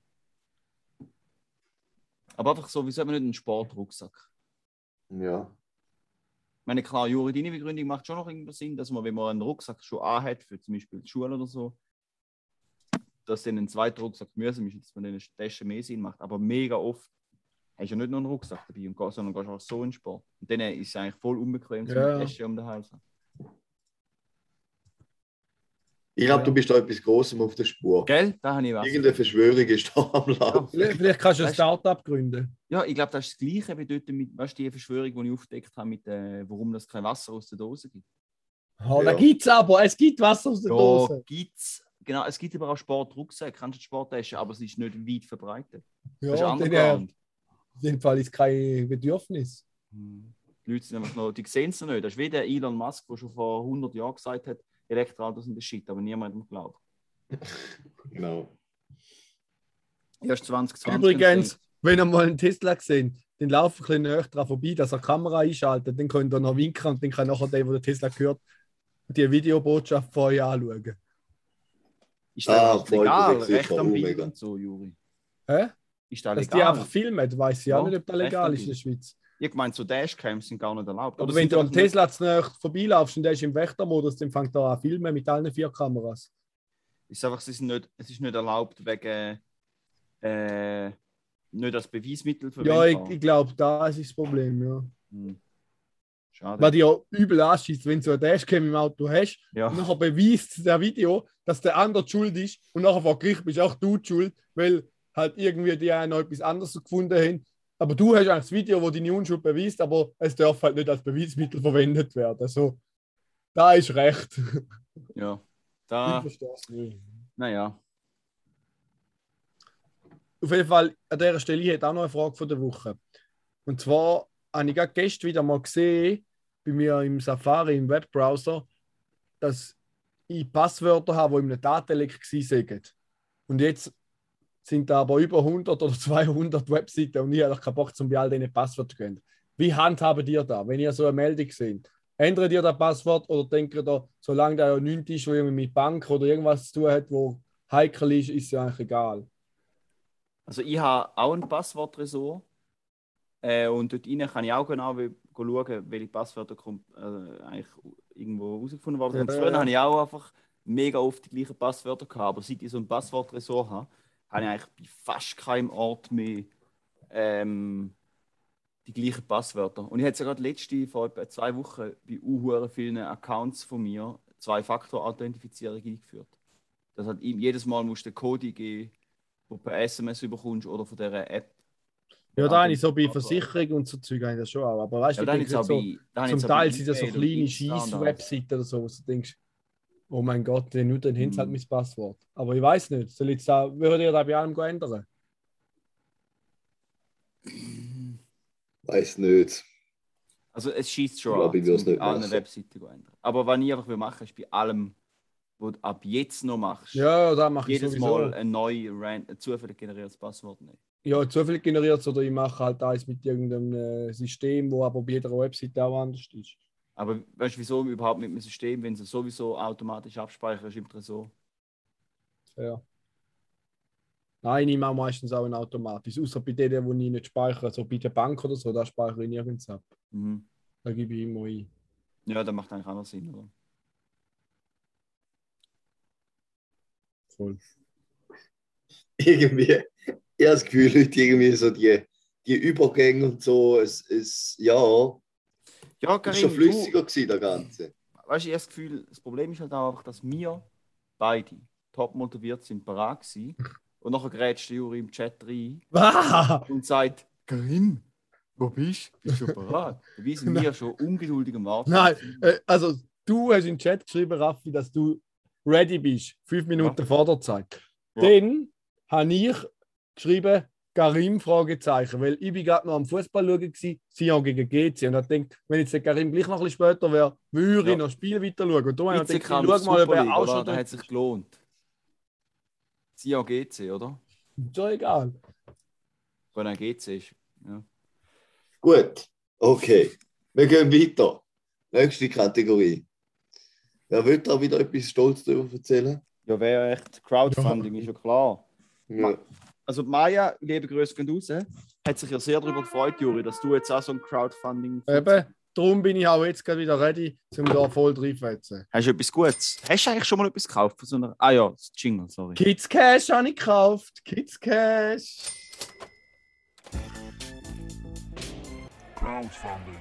Aber einfach so, wieso haben wir nicht einen Sportrucksack? Ja. Ich meine, klar, Juri, deine Begründung macht schon noch irgendwie Sinn, dass man, wenn man einen Rucksack schon anhat, für zum Beispiel die Schule oder so, dass dann ein zweiter Rucksack mühsam ist, dass man dann eine Tasche mehr Sinn macht. Aber mega oft hast du ja nicht nur einen Rucksack dabei, sondern gehst auch so in den Sport. Und dann ist es eigentlich voll unbequem, so eine Tasche um den Hals zu haben. Ich glaube, Ja. du bist da etwas Großem auf der Spur. Gell? Da habe ich was. Irgendeine Verschwörung ist da am Laufen. Vielleicht kannst du ein Weißt- Start-up gründen. Ja, ich glaube, das ist das Gleiche wie dort mit, weißt du, die Verschwörung, die ich aufgedeckt habe, mit, warum es kein Wasser aus der Dose gibt. Oh, da Ja. gibt es aber. Es gibt Wasser aus der Dose. Gibt's. Genau, es gibt aber auch Sportrucksäcke, kannst du Sporttasche, aber es ist nicht weit verbreitet. Ja, Das ist in underground. dem Fall ist kein Bedürfnis. Die Leute sind einfach noch, die sehen es noch nicht. Das ist wie der Elon Musk, der schon vor 100 Jahren gesagt hat, Elektroautos sind der Shit, aber niemand hat ihm geglaubt. Genau. Erst 2020. Übrigens, wenn ihr mal einen Tesla gesehen, dann lauft ein bisschen näher dran vorbei, dass er die Kamera einschaltet, dann könnt ihr noch winken und dann kann nachher der, der den Tesla gehört, die Videobotschaft von euch anschauen. Ist das voll, legal? das sieht Recht man am auch Bild mega. und so, Juri. Hä? Ist das Dass die legal? einfach filmen, weiß ich Ja, auch nicht, ob das legal ist in der Schweiz. Ich meine, so Dashcams sind gar nicht erlaubt. Aber Oder wenn sind du am einfach nicht- Tesla zu näher vorbeilaufst und der ist im Wächtermodus, dann fängt er an zu filmen mit allen 4 Kameras. ist einfach, es ist nicht erlaubt wegen nicht als Beweismittel Ja, verwendbar. ich glaube, da ist das Problem, ja. Schade. Was dich ja übel anschießt, wenn du so ein Dashcam im Auto hast, Ja. und nachher beweist der Video, dass der andere die schuld ist und nachher vor Gericht bist auch du die schuld, weil halt irgendwie die auch noch etwas anderes gefunden haben. Aber du hast eigentlich das Video, wo deine Unschuld beweist, aber es darf halt nicht als Beweismittel verwendet werden. Also, da ist recht. Ja. Ich Da, verstehe es nicht. naja. Auf jeden Fall, an dieser Stelle ich hätte auch noch eine Frage von der Woche. Und zwar habe ich gerade gestern wieder mal gesehen, bei mir im Safari, im Webbrowser, dass ich Passwörter habe, die in einem Datenleck waren. Und jetzt sind da aber über 100 oder 200 Webseiten und ich habe keinen Bock, um bei all diesen Passwörtern zu gehen. Wie handhabt ihr da, wenn ihr so eine Meldung seht? Ändert ihr das Passwort oder denkt ihr, solange da ja nichts ist, wo irgendwie mit Bank oder irgendwas zu tun hat, wo heikel ist, ist es ja eigentlich egal? Also ich habe auch ein Passwortresort und dort rein kann ich auch genau schauen, welche Passwörter eigentlich irgendwo herausgefunden worden sind. Ja, Früher ja. habe ich auch einfach mega oft die gleichen Passwörter gehabt, aber seit ich so ein Passwortresort habe, habe ich eigentlich bei fast keinem Ort mehr die gleichen Passwörter. Und ich hatte ja gerade vor etwa 2 Wochen bei vielen Accounts von mir 2-Faktor-Authentifizierung eingeführt. Das hat jedes Mal musst du den Code eingeben, wo du per SMS überkommst oder von dieser App. Ja, da habe ich so bei Versicherung und so Zeug habe ich das schon auch. Aber weißt Ja, du, da habe ich ich jetzt denke auch so, bei- da habe ich zum jetzt auch bei Teil sind das so E-Mail und kleine Insta und alles. Scheiß-Webseiten oder so, wo du denkst, oh mein Gott, dann haben sie halt Mhm. mein Passwort. Aber ich weiß nicht, soll ich da, würde ihr da bei allem ändern? Weiß nicht. Also es schießt schon Ich glaube, ich würde es bei nicht allen machen. Webseiten ändern. Aber was ich einfach machen will, ist bei allem, was du ab jetzt noch machst, Ja, da mache ich jedes sowieso. Mal ein neues, zufällig generiertes Passwort nehmen. Ja, zufällig generiert oder ich mache halt eins mit irgendeinem System, wo aber bei jeder Webseite auch anders ist. Aber weißt du, wieso überhaupt mit dem System, wenn es sowieso automatisch abspeicherst im Tresor? Ja. Nein, ich mache meistens auch ein automatisch. Außer bei denen, wo ich nicht speichere, so bei der Bank oder so, da speichere ich nirgends ab. Mhm. Da gebe ich immer ein. Ja, das macht eigentlich auch noch Sinn, oder? Voll. Irgendwie, ich habe das Gefühl, heute irgendwie so die Übergänge und so, ja, Ja, ist schon Karim, flüssiger gewesen, der Ganze. weißt du, ich habe das Gefühl, das Problem ist halt auch einfach, dass wir beide top motiviert sind, parat gewesen. Und nachher grätscht der Juri im Chat rein Ah! und sagt, Karim, wo bist du? Bist du schon parat? Dabei sind wir schon ungeduldig am Warten. Nein, also du hast in den Chat geschrieben, Raffi, dass du ready bist, 5 Minuten vor der Zeit. Ja. Dann habe ich geschrieben, Karim, Fragezeichen, weil ich bin gerade noch am Fußball schauen gsi, Sion gegen GC. Und ich denke, wenn jetzt der Karim gleich noch ein bisschen später wäre, würde ich noch das Spiel weiter schauen. Und darum habe ich gedacht, ich schau mal, ob er auch schon da hat sich gelohnt. Sion GC, oder? Ist doch egal. Wenn er GC ist. Ja. Gut, okay. Wir gehen weiter. Nächste Kategorie. Wer will da wieder etwas stolz darüber erzählen? Ja, wäre echt Crowdfunding, ist ja klar. Ja. Also Maya, liebe Grüße gehen raus, hat sich ja sehr darüber gefreut, Juri, dass du jetzt auch so ein Crowdfunding... Eben, darum bin ich auch jetzt gerade wieder ready, um da voll reinfetzen. Hast du etwas Gutes? Hast du eigentlich schon mal etwas gekauft? Von so einer... Ah ja, das Jingle, sorry. Kids Cash habe ich gekauft. Kids Cash. Crowdfunding.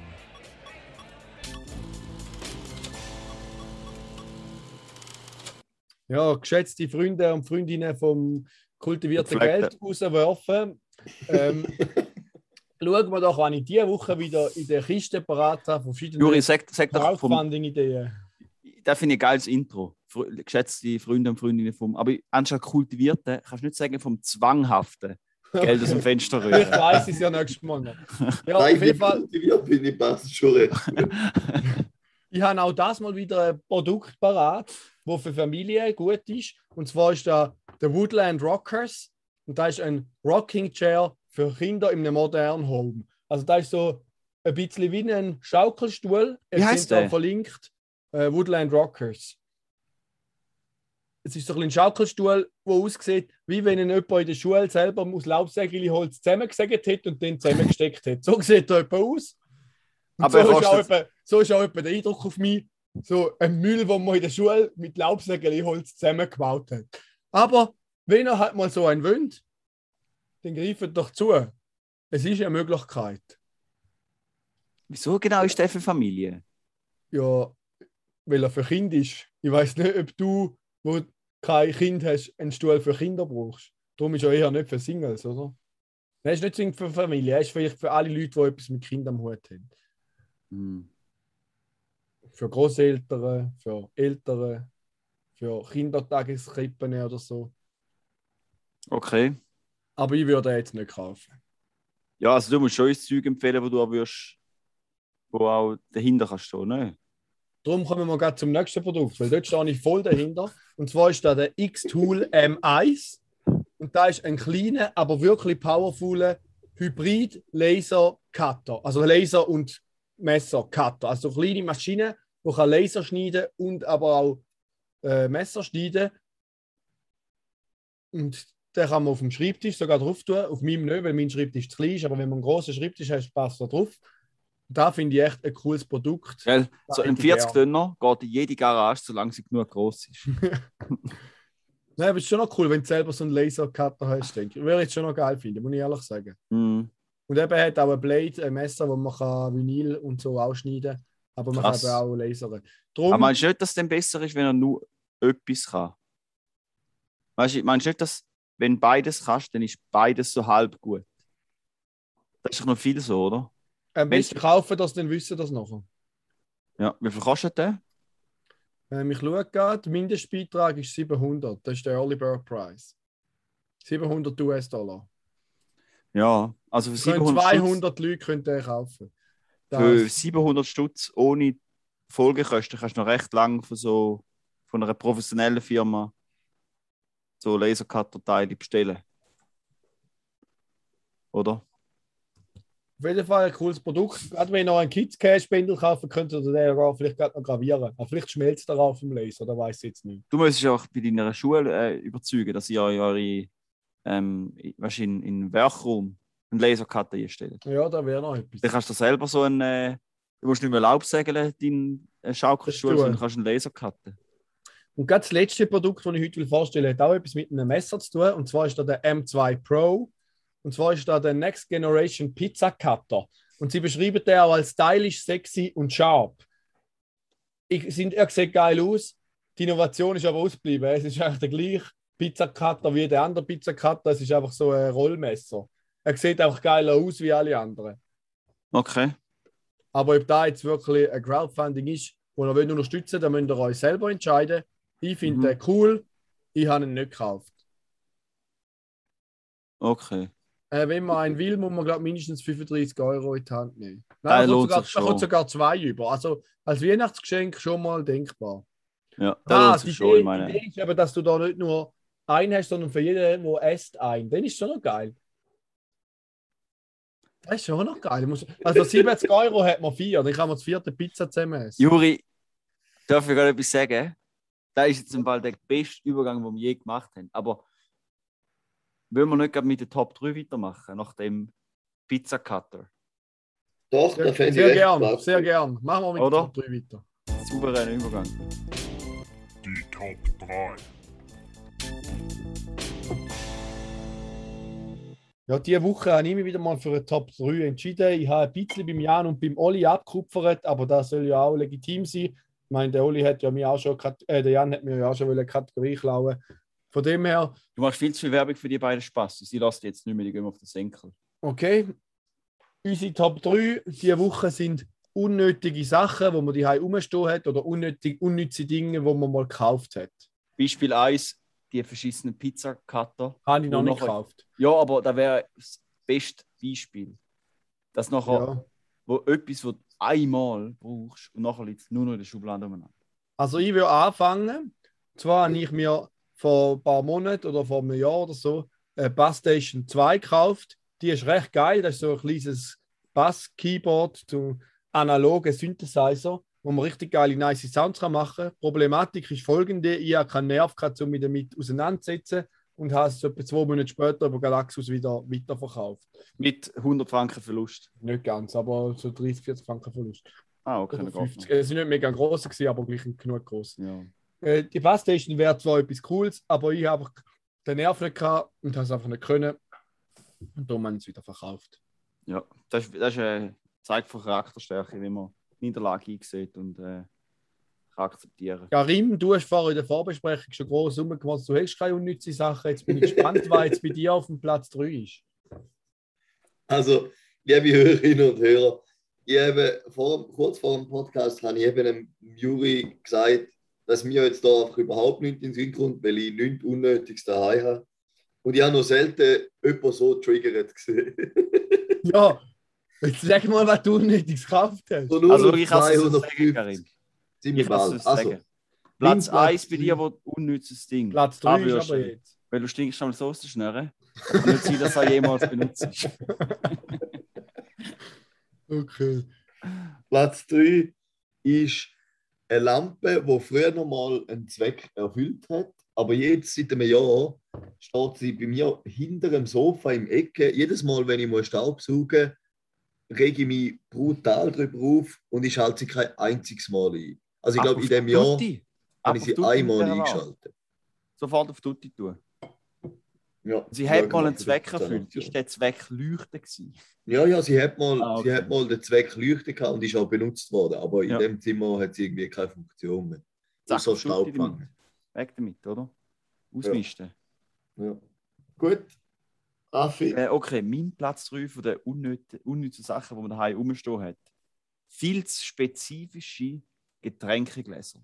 Ja, geschätzte Freunde und Freundinnen vom kultivierten Gefleckte. Geld rauswerfen. Schauen wir doch, wann ich diese Woche wieder in der Kiste parat habe von verschiedenen Juri, sag doch vom... Crowdfunding-Ideen. Das finde ich ein geiles Intro. Geschätzte Freunde und Freundinnen vom... Aber anstatt kultivierte, kannst du nicht sagen vom zwanghaften Geld aus dem Fenster Vielleicht rühren. weiss ich es ja nächstes Mal noch. Ja, Nein, auf jeden Fall, kultiviert bin ich, passt schon recht. ich habe auch das mal wieder ein Produkt parat, das für Familien gut ist. Und zwar ist da der Woodland Rockers. Und da ist ein Rocking Chair für Kinder in einem modernen Home. Also da ist so ein bisschen wie ein Schaukelstuhl. Wie heisst der? Verlinkt. Woodland Rockers. Es ist so ein Schaukelstuhl, der aussieht, wie wenn ihn jemand in der Schule selber aus Laubsägeli-Holz zusammengesägt hätte und dann zusammengesteckt hätte. So sieht er etwa aus. Und Aber so ist auch etwa der Eindruck auf mich, so ein Müll, den man in der Schule mit Laubsägeli-Holz zusammengebaut hat. Aber wenn ihr halt mal so einen wollt, dann greift doch zu. Es ist eine Möglichkeit. Wieso genau ist der für Familie? Ja, weil er für Kinder ist. Ich weiß nicht, ob du, wo kein Kind hast, einen Stuhl für Kinder brauchst. Darum ist er eher nicht für Singles, oder? Er ist nicht zwingend für Familie, er ist vielleicht für alle Leute, die etwas mit Kindern am Hut haben. Hm. Für Großeltern, für Eltern, für Kindertageskrippen oder so. Okay. Aber ich würde ihn jetzt nicht kaufen. Ja, also du musst schon das Zeug empfehlen, wo du auch wirst, wo auch dahinter kannst stehen, ne? Darum kommen wir gerade zum nächsten Produkt, weil dort stehe ich voll dahinter. Und zwar ist da der X-Tool M1. Und da ist ein kleiner, aber wirklich powervoller Hybrid-Laser-Cutter. Also Laser- und Messer-Cutter. Also kleine Maschine, die kann Laser schneiden und aber auch Messer schneiden. Und den kann man auf dem Schreibtisch sogar drauf tun. Auf meinem nicht, weil mein Schreibtisch zu klein ist. Aber wenn man einen grossen Schreibtisch hat, passt er drauf. Da finde ich echt ein cooles Produkt. Gell? So ein 40-Tonner geht in jede Garage, solange sie genug groß ist. Nein, aber es ist schon noch cool, wenn du selber so einen Laser-Cutter hast, denke ich. Würde ich schon noch geil finden, muss ich ehrlich sagen. Mm. Und eben hat auch ein Blade, ein Messer, wo man kann Vinyl und so ausschneiden kann. Aber man Krass. kann eben auch lasern. Aber meinst du nicht, dass es dann besser ist, wenn er nur etwas kann? Meinst du nicht, dass, wenn du beides kannst, dann ist beides so halb gut? Das ist doch noch viel so, oder? Am besten kaufen das, dann wissen das nachher. Ja, wie viel kostet der? Ich schaue gerade, der Mindestbeitrag ist 700. Das ist der Early Bird Price. 700 US-Dollar. Ja, also für 700 200 Leute können den kaufen. Für 700 Stutz ohne Folgekosten kannst du noch recht lang von einer professionellen Firma so Lasercutter-Teile bestellen. Oder? Auf jeden Fall ein cooles Produkt. Gerade wenn ihr noch einen Kids-Cash-Bändel kaufen könnt, oder den ja vielleicht gerade noch gravieren. Aber vielleicht schmelzt er auf dem Laser, da weiß ich jetzt nicht. Du musst auch bei deiner Schule überzeugen, dass ihr eure in Werkraum einen Lasercutter einstellt. Ja, da wäre noch etwas. Dann kannst du selber so einen. Du musst nicht mehr Laubsägeln, deinen Schaukelstuhl, sondern kannst einen Lasercutter. Und gerade das letzte Produkt, das ich heute vorstellen will, hat auch etwas mit einem Messer zu tun. Und zwar ist da der M2 Pro. Und zwar ist da der Next Generation Pizza Cutter. Und sie beschreiben den auch als stylisch, sexy und sharp. Er sieht geil aus. Die Innovation ist aber ausgeblieben. Es ist eigentlich der gleiche Pizza Cutter wie der andere Pizza Cutter. Es ist einfach so ein Rollmesser. Er sieht einfach geiler aus wie alle anderen. Okay. Aber ob da jetzt wirklich ein Crowdfunding ist, wo ihr wollt unterstützen, dann müsst ihr euch selber entscheiden. Ich finde den cool. Ich habe ihn nicht gekauft. Okay. Wenn man einen will, muss man glaub, mindestens 35 € in die Hand nehmen. Da Nein, lohnt man sich kommt schon. sogar 2 über. Also als Weihnachtsgeschenk schon mal denkbar. Ja, da lohnt Die sich schon, ich Idee, meine. die Idee ist aber, dass du da nicht nur einen hast, sondern für jeden, der esst, einen. Dann ist es schon noch geil. Das ist schon noch geil. Also 70 € hat man 4, dann kann man das 4. Pizza zusammen essen. Juri, darf ich gerade etwas sagen? Das ist jetzt im Fall der beste Übergang, den wir je gemacht haben. Aber wollen wir nicht gerade mit den Top 3 weitermachen, nach dem Pizza Cutter? Doch, da fände ich Sehr recht gern, spaßig. sehr gern. Machen wir mit Oder? Top 3 weiter. Souveräner Übergang. Die Top 3. Ja, diese Woche habe ich mich wieder mal für eine Top 3 entschieden. Ich habe ein bisschen beim Jan und beim Oli abgekupfert, aber das soll ja auch legitim sein. Ich meine, der Oli hat ja mir auch schon, der Jan hat mir ja auch schon eine Kategorie klauen. Von dem her, Du machst viel zu viel Werbung für die beiden Spaß. Sie lassen jetzt nicht mehr, die gehen auf den Senkel. okay. Unsere Top 3 diese Woche sind unnötige Sachen, die man die rumstehen hat, oder unnütze Dinge, die man mal gekauft hat. Beispiel 1, die verschissenen Pizza-Cutter. Habe ich noch Wo nicht nachher- gekauft. Ja, aber da wäre das beste Beispiel. Dass nachher, Ja. wo etwas, was du einmal brauchst und nachher liegt es nur noch in der Schublade umeinander. Also ich will anfangen. Und zwar habe ich mir vor ein paar Monaten oder vor einem Jahr oder so eine Bassstation 2 gekauft. Die ist recht geil. Das ist so ein kleines Bass-Keyboard zu analogen Synthesizer, wo man richtig geile, nice Sounds machen kann. Problematik ist folgende: Ich habe keinen Nerv gehabt, um mich damit auseinanderzusetzen und habe es etwa 2 Monate später über Galaxus wieder weiterverkauft. Mit 100 Franken Verlust. Nicht ganz, aber so 30, 40 Franken Verlust. Ah, okay. Oder dann geht's 50. Es sind nicht mega groß gewesen, aber gleich genug groß. noch. Ja. Die Bassstation wäre zwar etwas Cooles, aber ich habe den Nerv nicht gehabt und habe es einfach nicht können. Und darum habe ich es wieder verkauft. Ja, das ist ein Zeig von Charakterstärke, wie man Niederlage einsieht und kann akzeptieren. Karim, du hast vorher in der Vorbesprechung schon groß rumgemacht, du hast keine unnütze Sachen. Jetzt bin ich gespannt, was jetzt bei dir auf dem Platz 3 ist. Also, liebe Hörerinnen und Hörer, ich habe kurz vor dem Podcast habe ich eben dem Juri gesagt, dass mir jetzt da einfach überhaupt nichts in den Sinn kommt, weil ich nichts Unnötiges daheim habe. Und ich habe noch selten jemanden so triggert gesehen. Ja, jetzt sag mal, was du unnötiges gekauft hast. So 0 Also, auf ich kann es sagen, 250. Karim. Ziemlich Ich kann bald. es Also, sagen. Platz Platz 1 bei drei. dir, wo unnützes Ding. Platz 3 ist aber Abwürstchen. jetzt. Weil du stinkst schon mal so aus der Schnurre. Kann nicht sein, dass er jemals benutzt. Okay. Platz 3 ist eine Lampe, die früher noch mal einen Zweck erfüllt hat. Aber jetzt, seit einem Jahr, steht sie bei mir hinter dem Sofa im Ecke. Jedes Mal, wenn ich Staubsaugen muss, rege ich mich brutal drüber auf und ich schalte sie kein einziges Mal ein. Also ich glaube, in diesem Jahr habe ich sie einmal eingeschaltet. Sofort auf Tutti tun. Ja, Sie hat mal ja, einen Zweck das ist erfüllt. Ist der Zweck Leuchten gewesen? Ja, sie hat mal, Ah, okay. sie hat mal den Zweck Leuchten gehabt und ist auch benutzt worden. Aber in Ja. dem Zimmer hat sie irgendwie keine Funktion mehr. Zack, So Tutti Staub damit. fangen. Weg damit, oder? Ausmisten. Ja. Gut. Affi. Okay, mein Platz 3 von den unnützen Sachen, die man daheim rumstehen hat. Viel zu spezifische Getränkegläser.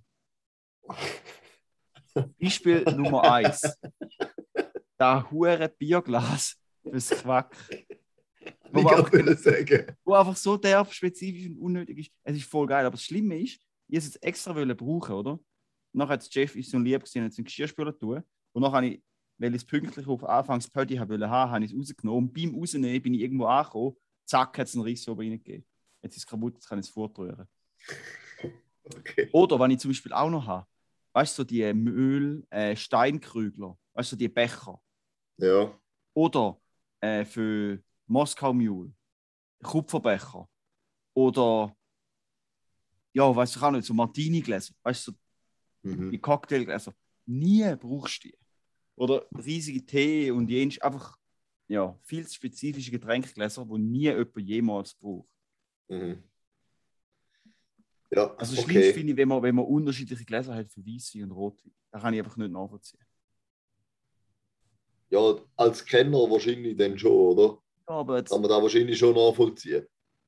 Beispiel Nummer 1. Das hure Bierglas fürs Quack. Wie kann man sagen? Wo einfach so derb spezifisch und unnötig ist. Es ist voll geil, aber das Schlimme ist, ich es jetzt extra brauchen, oder? Nachher hat Jeff ist so lieb gesehen, jetzt einen Geschirrspüler tun. Und nachher habe ich, weil ich es pünktlich auf Anfangs Pötti habe ich es rausgenommen. Und beim Rausnehmen bin ich irgendwo angekommen. Zack, hat es einen Riss oben reingegeben. Jetzt ist es kaputt, jetzt kann ich es fortrühren. Okay. Oder, was ich zum Beispiel auch noch habe, weißt du, so die Steinkrügler, weißt du, die Becher. Ja. Oder für Moskau Mule, Kupferbecher. Oder, ja, weißt du auch nicht, so Martini-Gläser, weißt du, so die Cocktailgläser. Nie brauchst du die. Oder riesige Tee und jenes, einfach, ja, viel zu spezifische Getränkegläser, die nie jemand jemals braucht. Mhm. Ja, Also schlimm okay. finde ich, wenn man unterschiedliche Gläser hat für Weisswein und Rotwein. Da kann ich einfach nicht nachvollziehen. Ja, als Kenner wahrscheinlich dann schon, oder? Ja, aber jetzt, Kann man da wahrscheinlich schon nachvollziehen.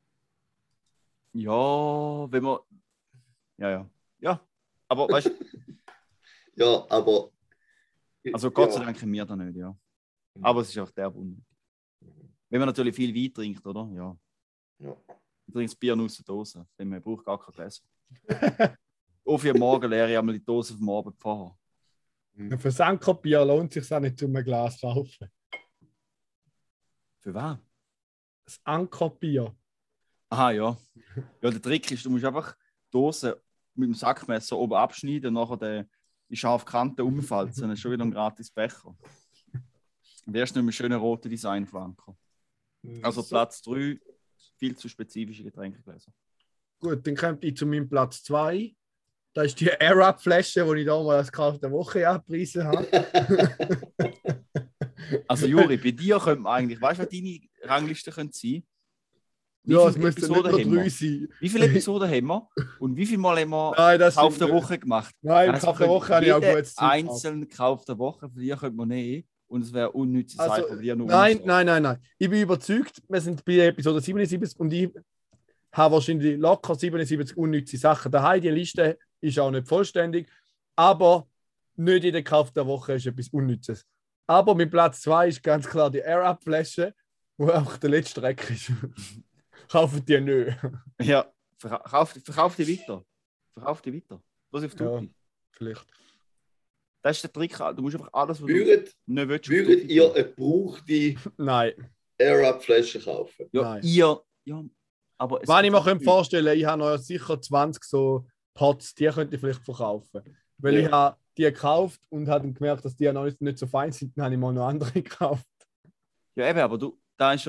ja, wenn man. Ja. Ja, aber weißt du, Ja, aber. also Gott ja. sei Dank mir da nicht, ja. Aber es ist auch der unnötig. Wenn man natürlich viel Wein trinkt, oder? Ja. Ja. Du trinkst Bier aus der Dose, denn man braucht gar kein Gläser. Auf jeden Morgen leere ich einmal die Dose vom Abend vorher. Für Sanko-Bier lohnt es sich auch nicht, um ein Glas zu kaufen. Für was? Das Ankerbier. Aha, ja. Ja, der Trick ist, du musst einfach die Dose mit dem Sackmesser oben abschneiden und nachher die scharfe Kante umfalzen. Dann ist schon wieder ein gratis Becher. Und erst noch mit einem schönen roten Designflanker. Also Platz 3, viel zu spezifische Getränkegläser. Gut, dann kommt ich zu meinem Platz 2. Da ist die Air-Up-Flasche, die ich damals als Kauf der Woche abgepriesen habe. Also Juri, bei dir könnte man eigentlich, weißt du, was deine Rangliste könnte sein? Ja, es müssten nicht nur 3 sein. Wie viele Episoden haben wir? Und wie viele Mal haben wir Nein, das Kauf stimmt der nicht. Woche gemacht? Nein, im Also Kauf der Woche habe ich auch gutes Zeug gehabt. einzelnen Kauf der Woche, für dich könnte man nehmen. Und es wäre unnützes Also, Zeichen, dir nur nein. Ich bin überzeugt, wir sind bei Episode 77 und ich habe wahrscheinlich locker 77 unnütze Sachen daheim. Die Liste ist auch nicht vollständig, aber nicht jeder Kauf der Woche ist etwas Unnützes. Aber mit Platz 2 ist ganz klar die Air-Up-Flasche, wo auch der letzte Dreck ist. Kaufen die nicht. Ja, verkauf die weiter. Verkauf die weiter. Was auf Ja, Tutti. vielleicht. Das ist der Trick. Du musst einfach alles, was du Würdet nicht willst, auf würdet Tutti ihr tun. eine gebrauchte Nein. Air-Up-Flasche kaufen? Ja, Nein. ihr. Ja, aber es Was ich gibt mir vorstellen könnte, ich habe noch sicher 20 so Pots, die könnte ich vielleicht verkaufen. Weil Ja. ich habe die gekauft und habe dann gemerkt, dass die noch nicht so fein sind, dann habe ich mal noch andere gekauft. Ja, eben, aber da ist ja.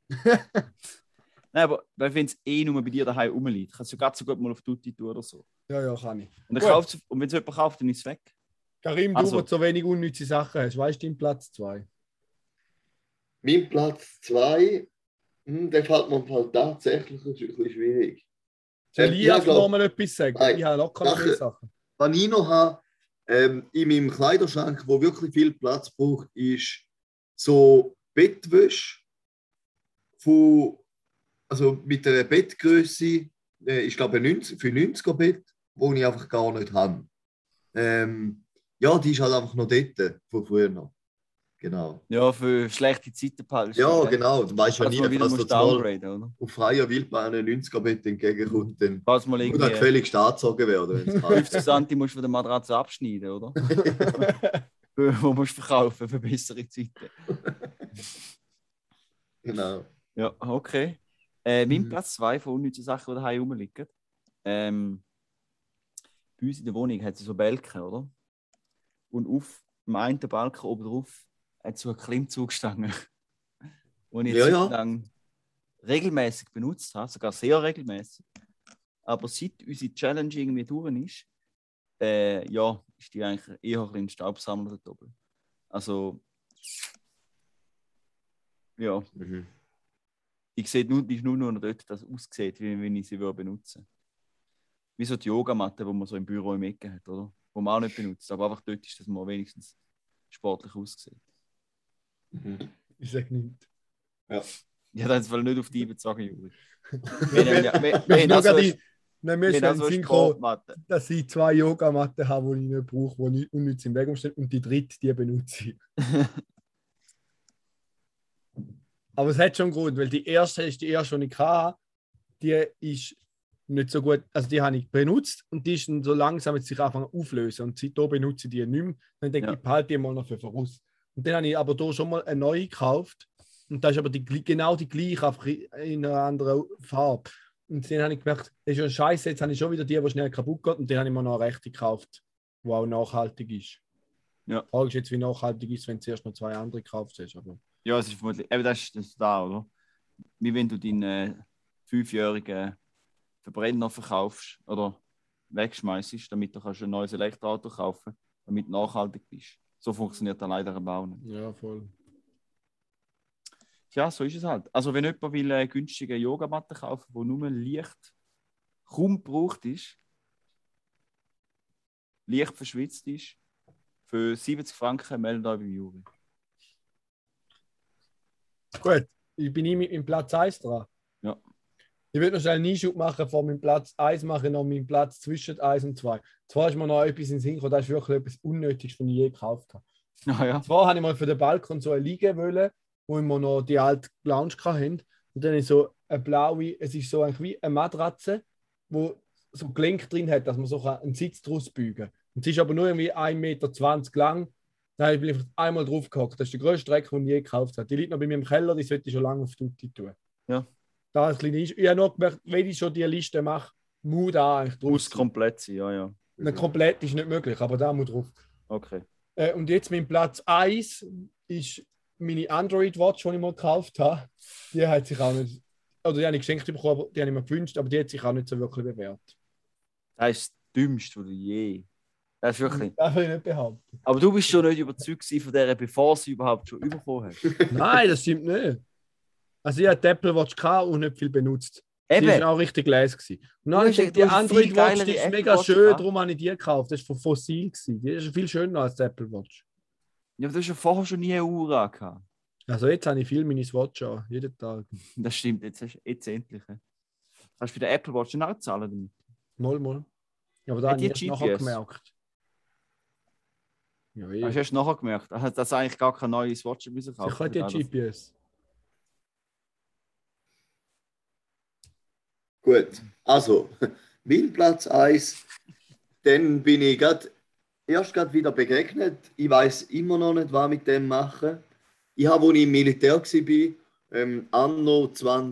Nein, aber weil wenn es nur bei dir daheim rumliegt, kannst du ganz so gut mal auf Tutti tun oder so. Ja, kann ich. Und, Gut. und wenn es jemand kauft, dann ist es weg. Karim, du, Also. der so wenig unnütze Sachen hast, weißt du deinen Platz 2? Mein Platz 2, der fällt mir halt tatsächlich ein bisschen schwierig. Soll ich Ja, einfach glaub- noch mal etwas sagen? Nein. Ich habe locker noch mehr Sachen- Sachen. Was ich noch habe, in meinem Kleiderschrank, wo wirklich viel Platz braucht, ist so Bettwäsche also mit einer Bettgröße, ich glaube für 90er Bett, wo ich einfach gar nicht habe. Ja, die ist halt einfach noch dort, von früher noch. Genau. Ja, für schlechte Zeiten behalten. Ja, genau. Du weißt ja Falls nie, man wieder was musst da mal downgraden, oder? auf freier Wildbahn ein 90er-Bett entgegenkommt, dann Falls mal muss da irgendwie gefälligst angezogen werden. wenn's kalt 50 Cent musst du von der Matratze abschneiden, oder? Wo musst du verkaufen für bessere Zeiten. Genau. Ja, okay. Mein Platz 2 von unnützen Sachen, die daheim rumliegen. Bei uns in der Wohnung hat es so Balken, oder? Und auf dem einen Balken oben drauf hat so eine Klimmzugstange, die ich Ja, jetzt ja. lang regelmäßig benutzt habe, sogar sehr regelmäßig. Aber seit unsere Challenge irgendwie durch ist, ja, ist die eigentlich eher ein bisschen ein Staubsammler dort oben. Also, ja, Mhm. ich sehe nur, die ist nur noch dort, dass es aussieht, wie wenn ich sie benutzen würde. Wie so die Yogamatte, die man so im Büro im Ecken hat, oder? Die man auch nicht benutzt, aber einfach dort ist, dass man wenigstens sportlich aussieht. Mhm. Ich sage nichts. Ja, das will nicht auf die bezogen, Juri. Mir ist noch gerade in- Nein, mir ist wir schon haben so in den eine Sinn gekommen, Sportmatte. dass ich 2 Yogamatten habe, die ich nicht brauche, die nicht unnütz im Weg stehen und die dritte, die benutze ich. Aber es hat schon einen Grund, weil die erste, die ich hatte, die ist nicht so gut, also die habe ich benutzt und die ist dann so langsam jetzt sich anfangen auflösen und seitdem benutze ich die nicht mehr. Dann denke ich, Ja. ich behalte die mal noch für voraus. Und dann habe ich aber hier schon mal eine neue gekauft und da ist aber genau die gleiche, einfach in einer anderen Farbe. Und dann habe ich gemerkt, das ist ja scheiße, jetzt habe ich schon wieder die schnell kaputt geht und dann habe ich mir noch eine rechte gekauft, die auch nachhaltig ist. Ja. Die Frage ist jetzt, wie nachhaltig ist, wenn du zuerst noch 2 andere gekauft hast. Aber Ja, es ist vermutlich. Eben, das ist da, oder? Wie wenn du deinen 5-jährigen Verbrenner verkaufst oder wegschmeißt, damit du kannst ein neues Elektroauto kaufen kannst, damit du nachhaltig bist. So funktioniert der leider Bau nicht. ja, voll. Ja, so ist es halt. Also wenn jemand will eine günstige Yogamatte kaufen, die nur leicht kaum gebraucht ist, leicht verschwitzt ist, für 70 Franken meldet euch beim Juri. Gut, ich bin mit meinem Platz 1 dran. Ja. Ich will noch schnell einen Einschub machen, vor meinem Platz 1 mache ich noch meinen Platz zwischen 1 und 2. Zwar ist mir noch etwas in den Sinn gekommen, das ist wirklich etwas Unnötiges, was ich je gekauft habe. Ja. Zwar habe ich mal für den Balkon so eine Liege wollen, wo wir noch die alte Lounge hatten. Und dann ist so eine blaue, es ist so eigentlich wie eine Matratze, wo so Gelenk drin hat, dass man so einen Sitz draus beugen kann. Und sie ist aber nur irgendwie 1,20 Meter lang. Da habe ich einfach einmal drauf gehockt. Das ist die größte Strecke, die ich je gekauft habe. Die liegt noch bei mir im Keller, die sollte ich schon lange auf Tutti tun. Ja. Da ein kleines, ich habe noch gemerkt, wenn ich schon diese Liste mache, muss da eigentlich drauf Muss sein. komplett sein, ja. Eine komplett ist nicht möglich, aber da muss drauf. Okay. Und jetzt mein Platz 1 ist meine Android Watch, die ich mal gekauft habe. Die hat sich auch nicht, oder die habe ich geschenkt bekommen, aber die habe ich mir gewünscht, aber die hat sich auch nicht so wirklich bewährt. Das ist das Dümmste, was du je. Das ist wirklich. Das will ich nicht behaupten. Aber du bist schon nicht überzeugt von der, bevor sie überhaupt schon bekommen hast. Nein, das stimmt nicht. Also ich hatte die Apple Watch und nicht viel benutzt. Sie Eben. war auch richtig leise gewesen. Und dann habe ich gedacht, die du hast eine Android viel Watch, geilere die ist Apple mega Watch schön, gehabt. darum habe ich die gekauft. Das war von Fossil gewesen. Die ist viel schöner als die Apple Watch. Ja, aber du hast ja vorher schon nie eine Uhr gehabt. Also jetzt habe ich viel meine Watch an, jeden Tag. Das stimmt, jetzt endlich. Kannst du für den Apple Watch nicht auch zahlen damit? Mal. Ja, aber da Hat habe ich die erst nachher GPS? gemerkt. Ja, Hast du erst nachher gemerkt, dass eigentlich gar kein neues Watch müssen kaufen? sicher hat die GPS. Gut, also, mein Platz 1, dann bin ich erst gerade wieder begegnet. Ich weiß immer noch nicht, was mit dem machen. Ich habe, als ich im Militär war, anno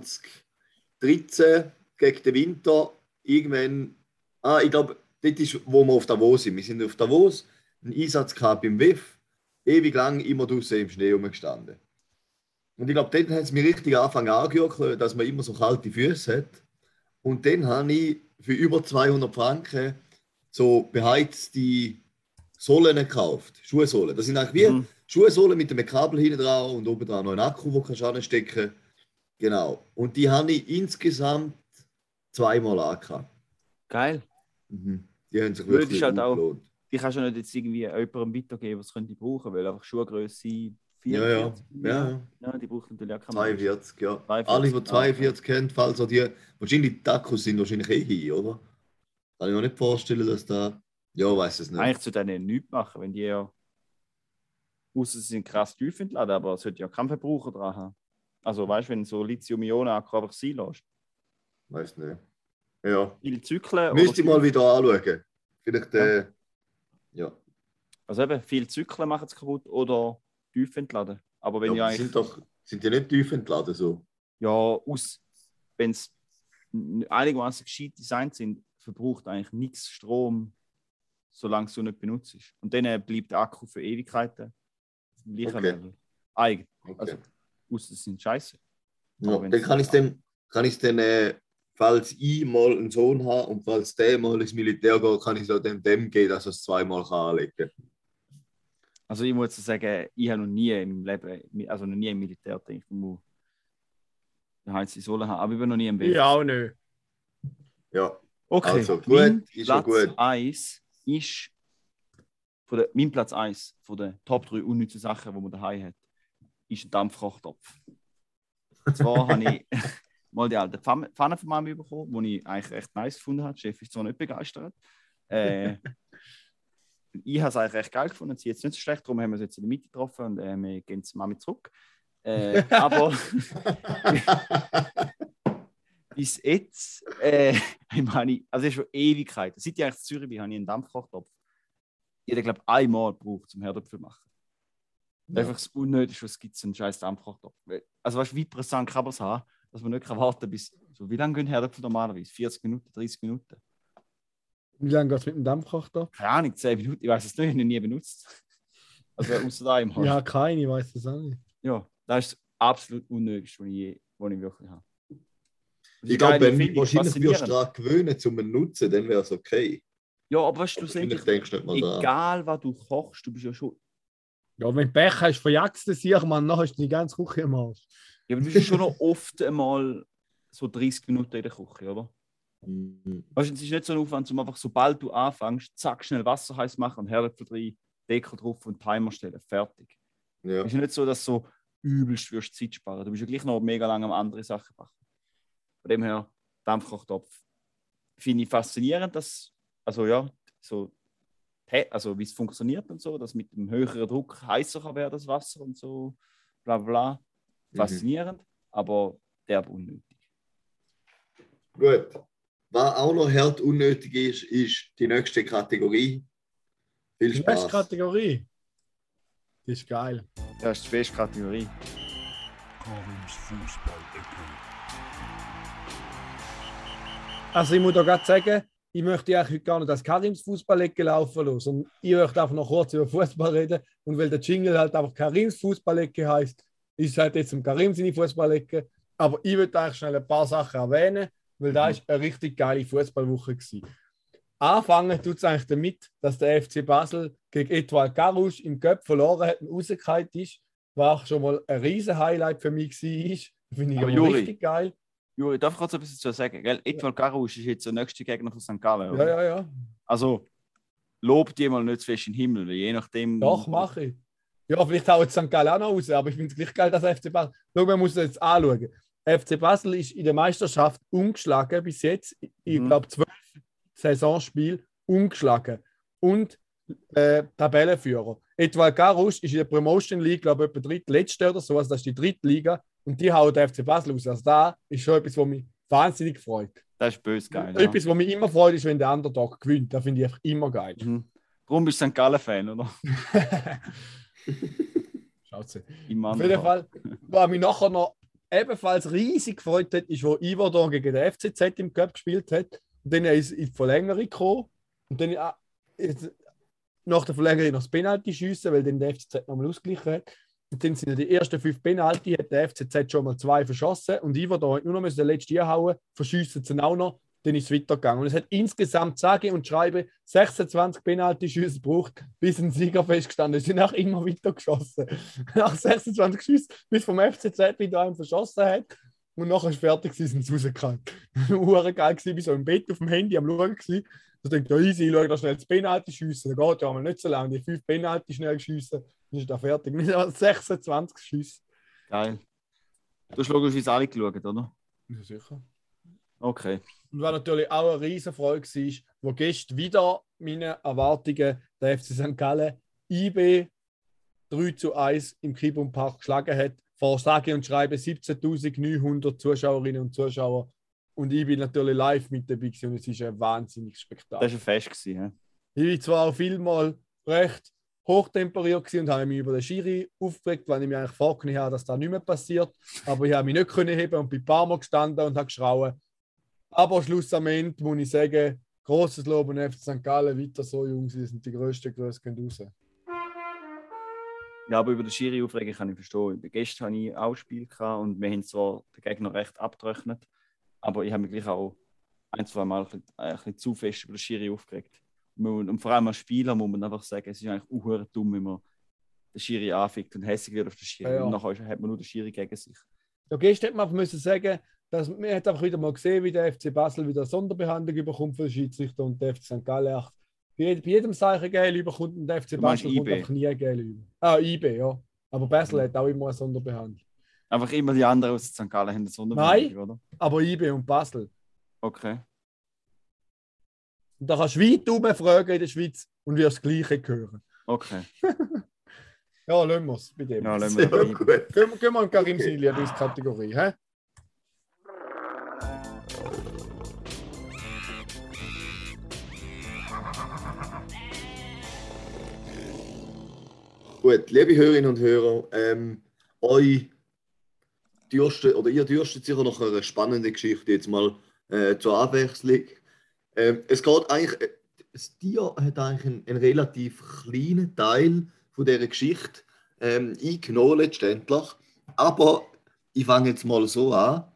2013, gegen den Winter, irgendwann, ich glaube, das ist, wo wir auf Davos sind. Wir sind auf Davos, einen Einsatz gehabt beim WEF, ewig lang immer draußen im Schnee rumgestanden. Und ich glaube, dort hat es mir richtig angefangen, dass man immer so kalte Füße hat. Und dann habe ich für über 200 Franken so beheizte Sohlen gekauft, Schuhsohlen. Das sind eigentlich wie Schuhsohlen mit einem Kabel hinten dran und oben dran noch einen Akku, den du anstecken kannst. Genau. Und die habe ich insgesamt 2-mal angehabt. Geil. Die haben sich Blöd wirklich ist halt auch, gelohnt. die kannst du nicht jetzt irgendwie jemandem weitergeben, was könnte ich brauchen, weil einfach Schuhgröße 44. Ja. Ja, die braucht natürlich auch kein 42, ja. 42. Alle, die 42 kennen, falls auch die, wahrscheinlich die Akkus sind wahrscheinlich hin, oder? Kann ich mir nicht vorstellen, dass da, ja, weiß es nicht. Eigentlich zu denen nichts machen, wenn die ja, außer sie sind krass tief entladen, aber es sollte ja keinen Verbraucher dran haben. Also weißt du, wenn so Lithium-Ionen-Akku einfach sein lässt. Weiß nicht. Ja. Viele Zyklen. Müsste ich mal wieder anschauen. Vielleicht, ja. Also eben, viele Zyklen machen es kaputt oder tief entladen. Aber wenn Ja, ja eigentlich. sind die nicht tief entladen so? Ja, wenn es einigermaßen gescheit designt sind, verbraucht eigentlich nichts Strom, solange du nicht benutzt. Und dann bleibt der Akku für Ewigkeiten im gleichen Okay. Level. Eigentlich. Okay. Also, außer es sind scheiße. Ja, aber dann kann ich es dann, falls ich mal einen Sohn habe und falls der mal ins Militär geht, kann ich es auch dem geben, dass er es 2-mal anlegen kann. Also ich muss sagen, ich habe noch nie im Leben, also noch nie im Militär gedacht, ich muss eine heiße Sohle haben, aber ich bin noch nie im Welt. Ja, auch nicht. Ja, Okay, also gut, mein ist ja Platz gut. 1 ist mein Platz 1 von den Top 3 unnützen Sachen, die man daheim hat, ist ein Dampfkochtopf. Und zwar habe ich mal die alte Pfanne von Mami bekommen, die ich eigentlich recht nice gefunden habe. Der Chef ist zwar nicht begeistert. Ich habe es eigentlich recht geil gefunden. Sie ist jetzt nicht so schlecht, darum haben wir es jetzt in der Mitte getroffen und wir gehen zu Mami zurück. Aber bis jetzt, ich meine, also es ist schon Ewigkeiten. Seit ich eigentlich in Zürich bin, habe ich einen Dampfkochtopf. Ich habe, glaube ich, einmal gebraucht, zum Herdöpfel machen. Ja. Einfach das Unnötigste, was es gibt, einen scheiß Dampfkochtopf. Also weißt du, wie präsent kann man es haben, dass man nicht warten kann, bis, so wie lange gehen Herdöpfel normalerweise? 40 Minuten, 30 Minuten? Wie lange geht es mit dem Dampfkochtopf? Keine Ahnung, 10 Minuten, ich weiß es nicht, ich habe ihn nie benutzt. Also außer da im Haus. Ja, keine, ich weiß das auch nicht. Ja, das ist das absolut Unnötigste, was ich wirklich habe. Ich glaube, wenn finde du ich wahrscheinlich wirst faszinierend. daran gewöhnen, zum Nutzen, dann wäre es okay. Ja, aber weißt du, Wahrscheinlich schlussendlich, denkst du nicht mal dran. egal was du kochst, du bist ja schon. Ja, wenn du Pech hast, verjagst du sich, man, dann hast du die ganze Küche im Arsch. Ja, aber du bist ja schon noch oft einmal so 30 Minuten in der Küche, oder? Mhm. Weißt du, es ist nicht so ein Aufwand, um einfach, sobald du anfängst, zack, schnell Wasser heiß machen und Herdöpfel rein, Deckel drauf und Timer stellen, fertig. Ja. Es ist ja nicht so, dass du so übelst wirst Zeit sparen. Du bist ja gleich noch mega lange am andere Sachen machen. Von dem her, Dampfkochtopf finde ich faszinierend, dass, also ja, so also wie es funktioniert und so, dass mit dem höheren Druck heißer kann werden das Wasser und so, bla bla. Faszinierend, aber derb unnötig. Gut. Was auch noch hart unnötig ist, ist die nächste Kategorie. Viel Die nächste Spaß. Kategorie. Die ist geil. Das ist die beste Kategorie. Karims Fußballecke. Also ich muss da gerade sagen, ich möchte eigentlich heute gar nicht das Karims Fußballecke laufen lassen, sondern ich möchte einfach noch kurz über Fußball reden. Und weil der Jingle halt einfach Karims Fußballecke heisst, ist es halt jetzt im Karim seine Fußballecke. Aber ich würde eigentlich schnell ein paar Sachen erwähnen, weil da ist eine richtig geile Fußballwoche gewesen. Anfangen tut es eigentlich damit, dass der FC Basel gegen Etoile Carouge im Cup verloren hat und rausgefallen ist, was auch schon mal ein riesen Highlight für mich war. Finde ich Aber aber Juri, richtig geil. Juri, darf ich kurz etwas dazu sagen? Gell? Etoile Carouge ist jetzt der nächste Gegner von St. Gallen. Ja, Oder? ja. Also, lob die mal nicht zu fest in den Himmel, weil je nachdem. Doch, mache ich. Ja, vielleicht haut St. Gallen auch noch raus, aber ich finde es gleich geil, dass FC Basel. Schau, man muss das jetzt anschauen. FC Basel ist in der Meisterschaft ungeschlagen bis jetzt. Ich glaube, 12 Saisonspiele ungeschlagen. Und Tabellenführer. Etoile Carouge ist in der Promotion League, glaube ich, etwa drittletzte oder so. Also das ist die dritte Liga. Und die haut der FC Basel aus. Also da ist schon etwas, was mich wahnsinnig freut. Das ist böse geil. Etwas, was mich immer freut, ist, wenn der Underdog gewinnt. Das finde ich einfach immer geil. Darum bist du St. Gallen-Fan, oder? Schaut sie. Auf jeden Fall, was mich nachher noch ebenfalls riesig gefreut hat, ist, wo Iverdon gegen den FCZ im Cup gespielt hat. Und dann ist in die Verlängerung gekommen. Und dann nach der Verlängerung noch das Penalty schiessen, weil dann der FCZ nochmal ausgeglichen hat. Und dann sind die ersten 5 Penalty, hat der FCZ schon mal 2 verschossen. Und Iverdon hat nur noch den letzten einhauen, verschiessen sie auch noch. Dann ist es weitergegangen. Und es hat insgesamt, sage und schreibe, 26 Penalty-Schüsse gebraucht, bis ein Sieger festgestanden ist. Sie haben auch immer weiter geschossen. Nach 26 Schüssen, bis vom FCZ wieder einen verschossen hat. Und nachher ist fertig, sind sie rausgekommen. Uhr geil gewesen, bis so im Bett auf dem Handy am Schauen gewesen. Da denkt er, easy, ich schaue da schnell das Penalty schiessen. Da geht ja mal nicht so lange. Die 5 Penalty schnell schiessen, dann ist da fertig. Mit 26 Schüsse. Geil. Du hast logischerweise alle geschaut, oder? Ja, sicher. Okay. Und was natürlich auch eine riesen Freude war, wo gestern wieder meine Erwartungen der FC St. Gallen IB 3:1 im Kibum Park geschlagen hat. Vor sage und schreibe 17.900 Zuschauerinnen und Zuschauer. Und ich bin natürlich live mit dabei gewesen, und es ist ein wahnsinniges Spektakel. Das war ein Fest gewesen, he? Ich war zwar auch vielmal recht hochtemperiert gewesen und habe mich über den Schiri aufgeregt, weil ich mir eigentlich vorgenommen habe, dass das nicht mehr passiert. Aber ich habe mich nicht können heben und bin ein paar Mal gestanden und habe geschrauen. Aber schlussendlich muss ich sagen, grosses Lob an FC St. Gallen, weiter so, Jungs, sie sind die grössten, Größe gehen raus. Ja, aber über den Schiri aufregen kann ich verstehen. Gestern hatte ich auch ein Spiel und wir haben zwar den Gegner recht abgerechnet, aber ich habe mich gleich auch 1-2 Mal ein bisschen zu fest über den Schiri aufgeregt. Und vor allem als Spieler muss man einfach sagen, es ist eigentlich auch dumm, wenn man den Schiri anfickt und hässlich wird auf den Schiri. Ja. Und nachher hat man nur den Schiri gegen sich. Ja, gestern hätte man einfach müssen sagen, dass man hat einfach wieder mal gesehen, wie der FC Basel wieder eine Sonderbehandlung bekommt für den Schiedsrichter und der FC St. Gallen auch bei jedem Zeichen Gel überkommt und der FC Basel kommt einfach nie Gel über. Ah, IB, ja. Aber Basel hat auch immer eine Sonderbehandlung. Einfach immer die anderen aus St. Gallen haben eine Sonderbehandlung, Nein, oder? aber IB und Basel. Okay. Und da kannst du weit umfragen in der Schweiz und wirst das Gleiche hören. Okay. Ja, lassen wir es bei dem. Ja, lassen Sehr wir gut. Gehen wir in Karim seine Lieblingskategorie. He? Gut, liebe Hörerinnen und Hörer, ihr dürstet sicher nach einer spannenden Geschichte jetzt mal zur Abwechslung. Es geht eigentlich, das Tier hat eigentlich einen relativ kleinen Teil von dieser Geschichte eingenommen letztendlich. Aber ich fange jetzt mal so an.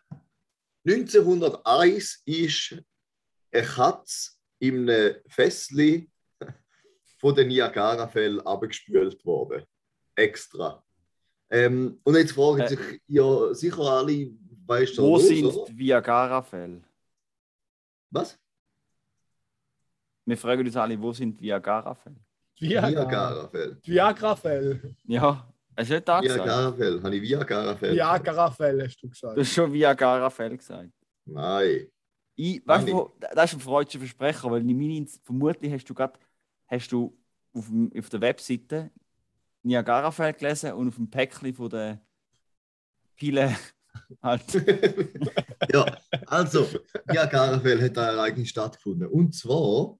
1901 ist eine Katze in einem Fässli von den Niagara-Fällen abgespült worden. Extra. Und jetzt fragen sich ja sicher alle, weißt du, wo los, sind oder? die Viagra-Fälle? Was? Wir fragen uns alle, wo sind die Viagra-Fälle? Niagara-Fälle. Viagra-Fälle. Ja, hast du nicht da gesagt? Viagra-Fälle. Habe ich Viagra-Fälle? Viagra-Fälle, hast du Du gesagt. hast schon Viagra-Fälle gesagt. Nein. Weißt du, das ist ein freudscher Versprecher, weil vermutlich hast du gerade hast du auf der Webseite Niagarafall gelesen und auf dem Päckchen von der Pile halt. Ja, also, Niagarafall hat ein Ereignis stattgefunden. Und zwar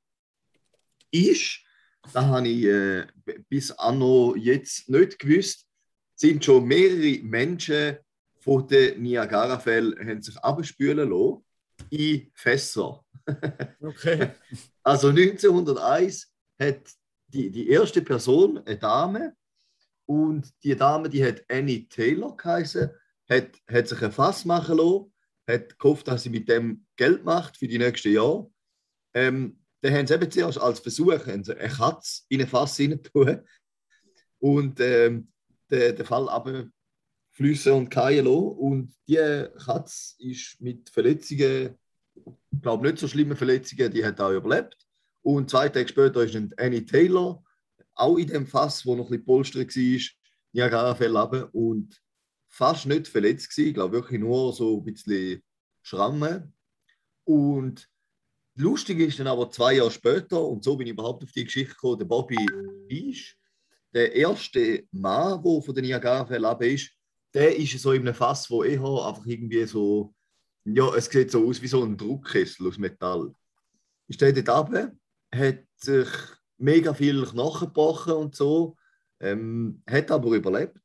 da habe ich bis anno jetzt nicht gewusst, sind schon mehrere Menschen von den Niagarafällen haben sich abspülen lassen in Fässer. Okay. Also 1901 hat die erste Person, eine Dame, und die Dame, die hat Annie Taylor geheißen, hat sich ein Fass machen lassen, hat gehofft, dass sie mit dem Geld macht für die nächsten Jahre. Dann haben sie eben zuerst als Versuch eine Katze in ein Fass rein tun und den Fall abfließen und fallen lassen. Und die Katze ist mit Verletzungen, ich glaube nicht so schlimmen Verletzungen, die hat auch überlebt. Und 2 Tage später ist dann Annie Taylor auch in dem Fass, wo noch ein bisschen polstrig war, Niagarafall runter und fast nicht verletzt gewesen. Ich glaube wirklich nur so ein bisschen Schrammen. Und lustig ist dann aber 2 Jahre später, und so bin ich überhaupt auf die Geschichte gekommen, der Bobby Beach, der erste Mann, der von den Niagarafällen runter ist, der ist so in einem Fass, wo eher einfach irgendwie so, ja, es sieht so aus wie so ein Druckkessel aus Metall. Ist der dort runter, hat sich mega viel Knochen gebrochen und so, hat aber überlebt.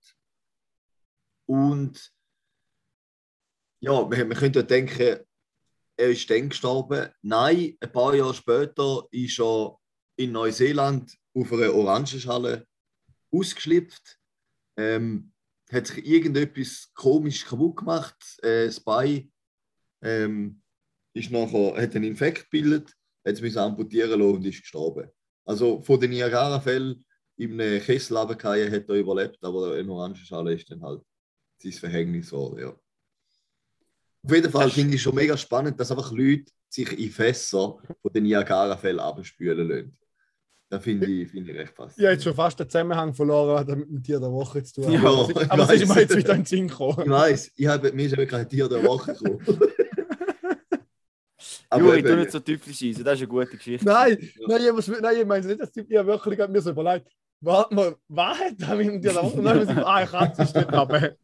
Und ja, man könnte denken, er ist dann gestorben. Nein, ein paar Jahre später ist er in Neuseeland auf einer Orangenschale ausgeschlüpft. Hat sich irgendetwas komisch kaputt gemacht. Das Bein hat einen Infekt gebildet, hat es amputieren lassen und ist gestorben. Also von den Niagarafällen in einem Kessel runtergefallen, hat er überlebt, aber eine Orangenschale ist dann halt sein Verhängnis geworden, ja. Auf jeden Fall finde ich schon mega spannend, dass einfach Leute sich in Fässer von den Niagarafällen abspülen lassen. Das finde ich recht faszinierend. Ich habe jetzt schon fast den Zusammenhang verloren, was damit mit Tier der Woche zu tun hat. Ja, aber es ist mir jetzt wieder in den Sinn gekommen. Ich weiss, mir ist wirklich ein Tier der Woche gekommen. Juri, du nicht so typisch sein, das ist eine gute Geschichte. Nein, ich meine nicht, dass ich habe wirklich mir so überlegt, warte mal, was hat da mit dem Tier der Woche? Und dann habe ich gesagt, eine Katze ist nicht dabei.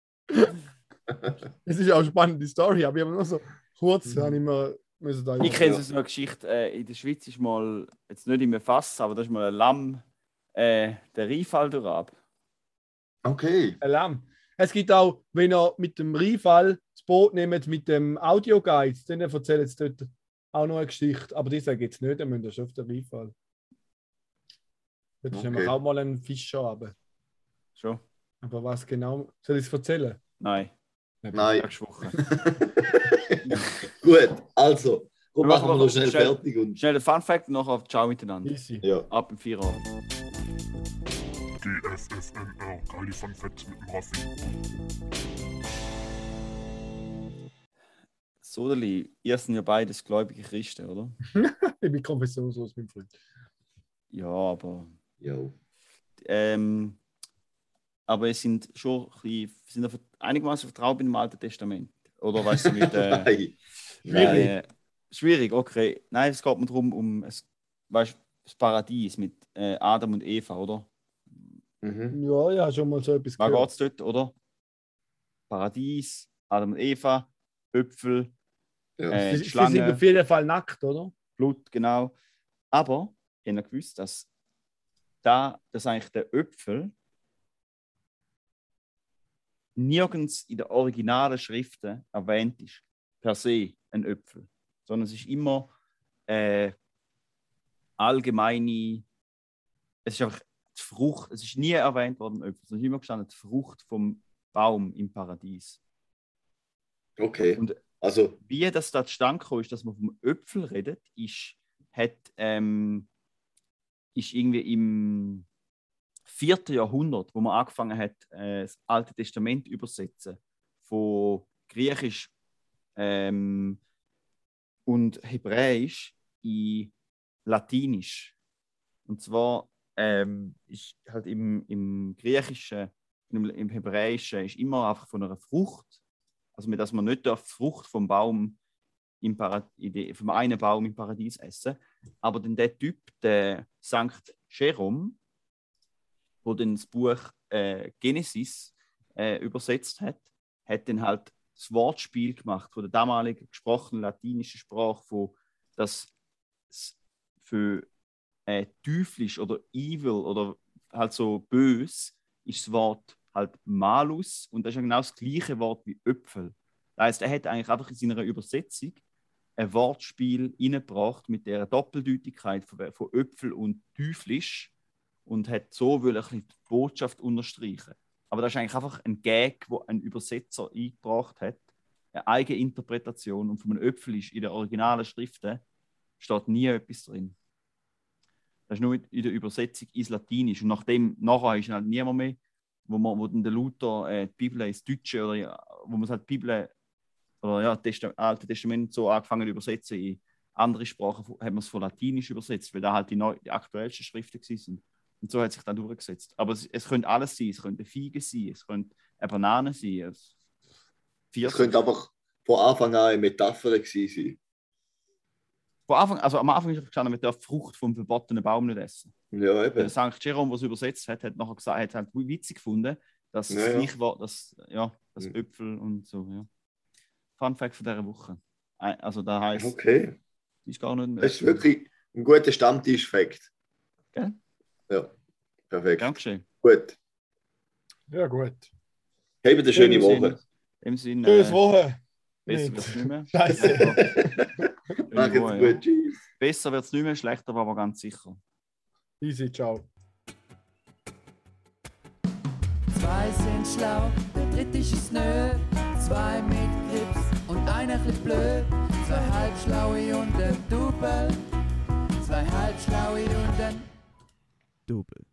Es ist ja auch eine spannende Story, aber ich habe nur so kurz, habe ich mir da Ich kenne so eine Geschichte, in der Schweiz ist mal, jetzt nicht in einem Fass, aber da ist mal ein Lamm, der Rheinfall durchab. Okay. Ein Lamm. Es gibt auch, wenn ihr mit dem Rheinfall das Boot nehmt, mit dem Audioguide, dann erzählt es dort auch noch eine Geschichte. Aber die sagen jetzt nicht, dann müsst ihr schon auf den Rheinfall. Dort ist nämlich auch mal ein Fischer runter. Schon? Aber was genau? Soll ich es erzählen? Nein. Nein. Nächste Woche. Gut, also, komm, Wir machen wir noch schnell fertig. Und Schnell der Fun Fact und nachher ciao miteinander. Easy. ja. Ab im 4 Uhr. GFFNR, geile Fun Facts mit dem Raffi. Soderli, ihr seid ja beides gläubige Christen, oder? Ich bin konfessionslos, mein Freund. Ja, aber... Jo. Aber es sind schon ein bisschen, einigermaßen vertraut mit dem Alten Testament. Oder weißt du, mit... Nein. Schwierig, okay. Nein, es geht mir darum, das Paradies mit Adam und Eva, oder? Mhm. Ja, ja, schon mal so etwas Was gehört. geht es dort, oder? Paradies, Adam und Eva, Äpfel, Ja. Sie sind Schlange, auf jeden Fall nackt, oder? Blut, genau. Aber ich habe gewusst, dass eigentlich der Äpfel nirgends in der originalen Schriften erwähnt ist, per se ein Äpfel. Sondern es ist immer allgemeine, es ist einfach die Frucht, es ist nie erwähnt worden, Äpfel, es ist immer gestanden, die Frucht vom Baum im Paradies. Okay. Und Also, wie das da zustande gekommen ist, dass man vom Äpfel redet, ist irgendwie im 4. Jahrhundert, wo man angefangen hat, das Alte Testament zu übersetzen, von Griechisch und Hebräisch in Latinisch. Und zwar ist halt im Griechischen, im Hebräischen ist immer einfach von einer Frucht, also dass man nicht die Frucht vom Baum vom einen Baum im Paradies essen, Aber dann der Typ, der St. Jerome, der dann das Buch Genesis übersetzt hat, hat dann halt das Wortspiel gemacht von der damaligen gesprochenen latinischen Sprache, von das für teuflisch oder evil oder halt so bös ist das Wort halt malus und das ist genau das gleiche Wort wie Äpfel. Das heisst, er hat eigentlich einfach in seiner Übersetzung ein Wortspiel reingebracht mit der Doppeldeutigkeit von Äpfel und teuflisch und hat so ein bisschen die Botschaft unterstreichen. Aber das ist eigentlich einfach ein Gag, den ein Übersetzer eingebracht hat, eine eigene Interpretation und von einem Äpfel ist in der originalen Schrift steht nie etwas drin. Das ist nur in der Übersetzung ins Latinisch. Und nachher ist halt niemand mehr, wo dann der Luther die Bibel ins Deutsche oder wo man halt die Bibel oder ja, das Alte Testament so angefangen zu übersetzen in andere Sprachen, hat man es von Latinisch übersetzt, weil da halt die aktuellsten Schriften waren. Und so hat sich dann durchgesetzt. Aber es könnte alles sein. Es könnte eine Fiege sein, es könnte eine Banane sein. Es könnte aber von Anfang an eine Metapher gewesen sein. Am Anfang ist gestanden, man darf die Frucht vom verbotenen Baum nicht essen. Ja, eben. Der St. Jerome, der es übersetzt hat, hat nachher gesagt, hat halt witzig gefunden, dass das gleiche war, das Äpfel und so. Ja. Fun Fact von dieser Woche. Also da heisst, okay. Die ist gar nicht mehr. Das ist wirklich ein guter Stammtisch-Fact. Gell? Ja, perfekt. Dankeschön. Gut. Ja, gut. Habt eine schöne Woche. Im Sinne. Schöne Woche. Besser wird es nicht mehr. Scheiße. Mach jetzt gut. Tschüss. Besser wird es nicht mehr, schlechter war aber ganz sicher. Easy, ciao. 2 sind schlau, der dritte ist es nö. 2 mit Grips und einer bisschen blöd. 2 halbschlaue und ein Double. 2 halbschlaue und ein Double.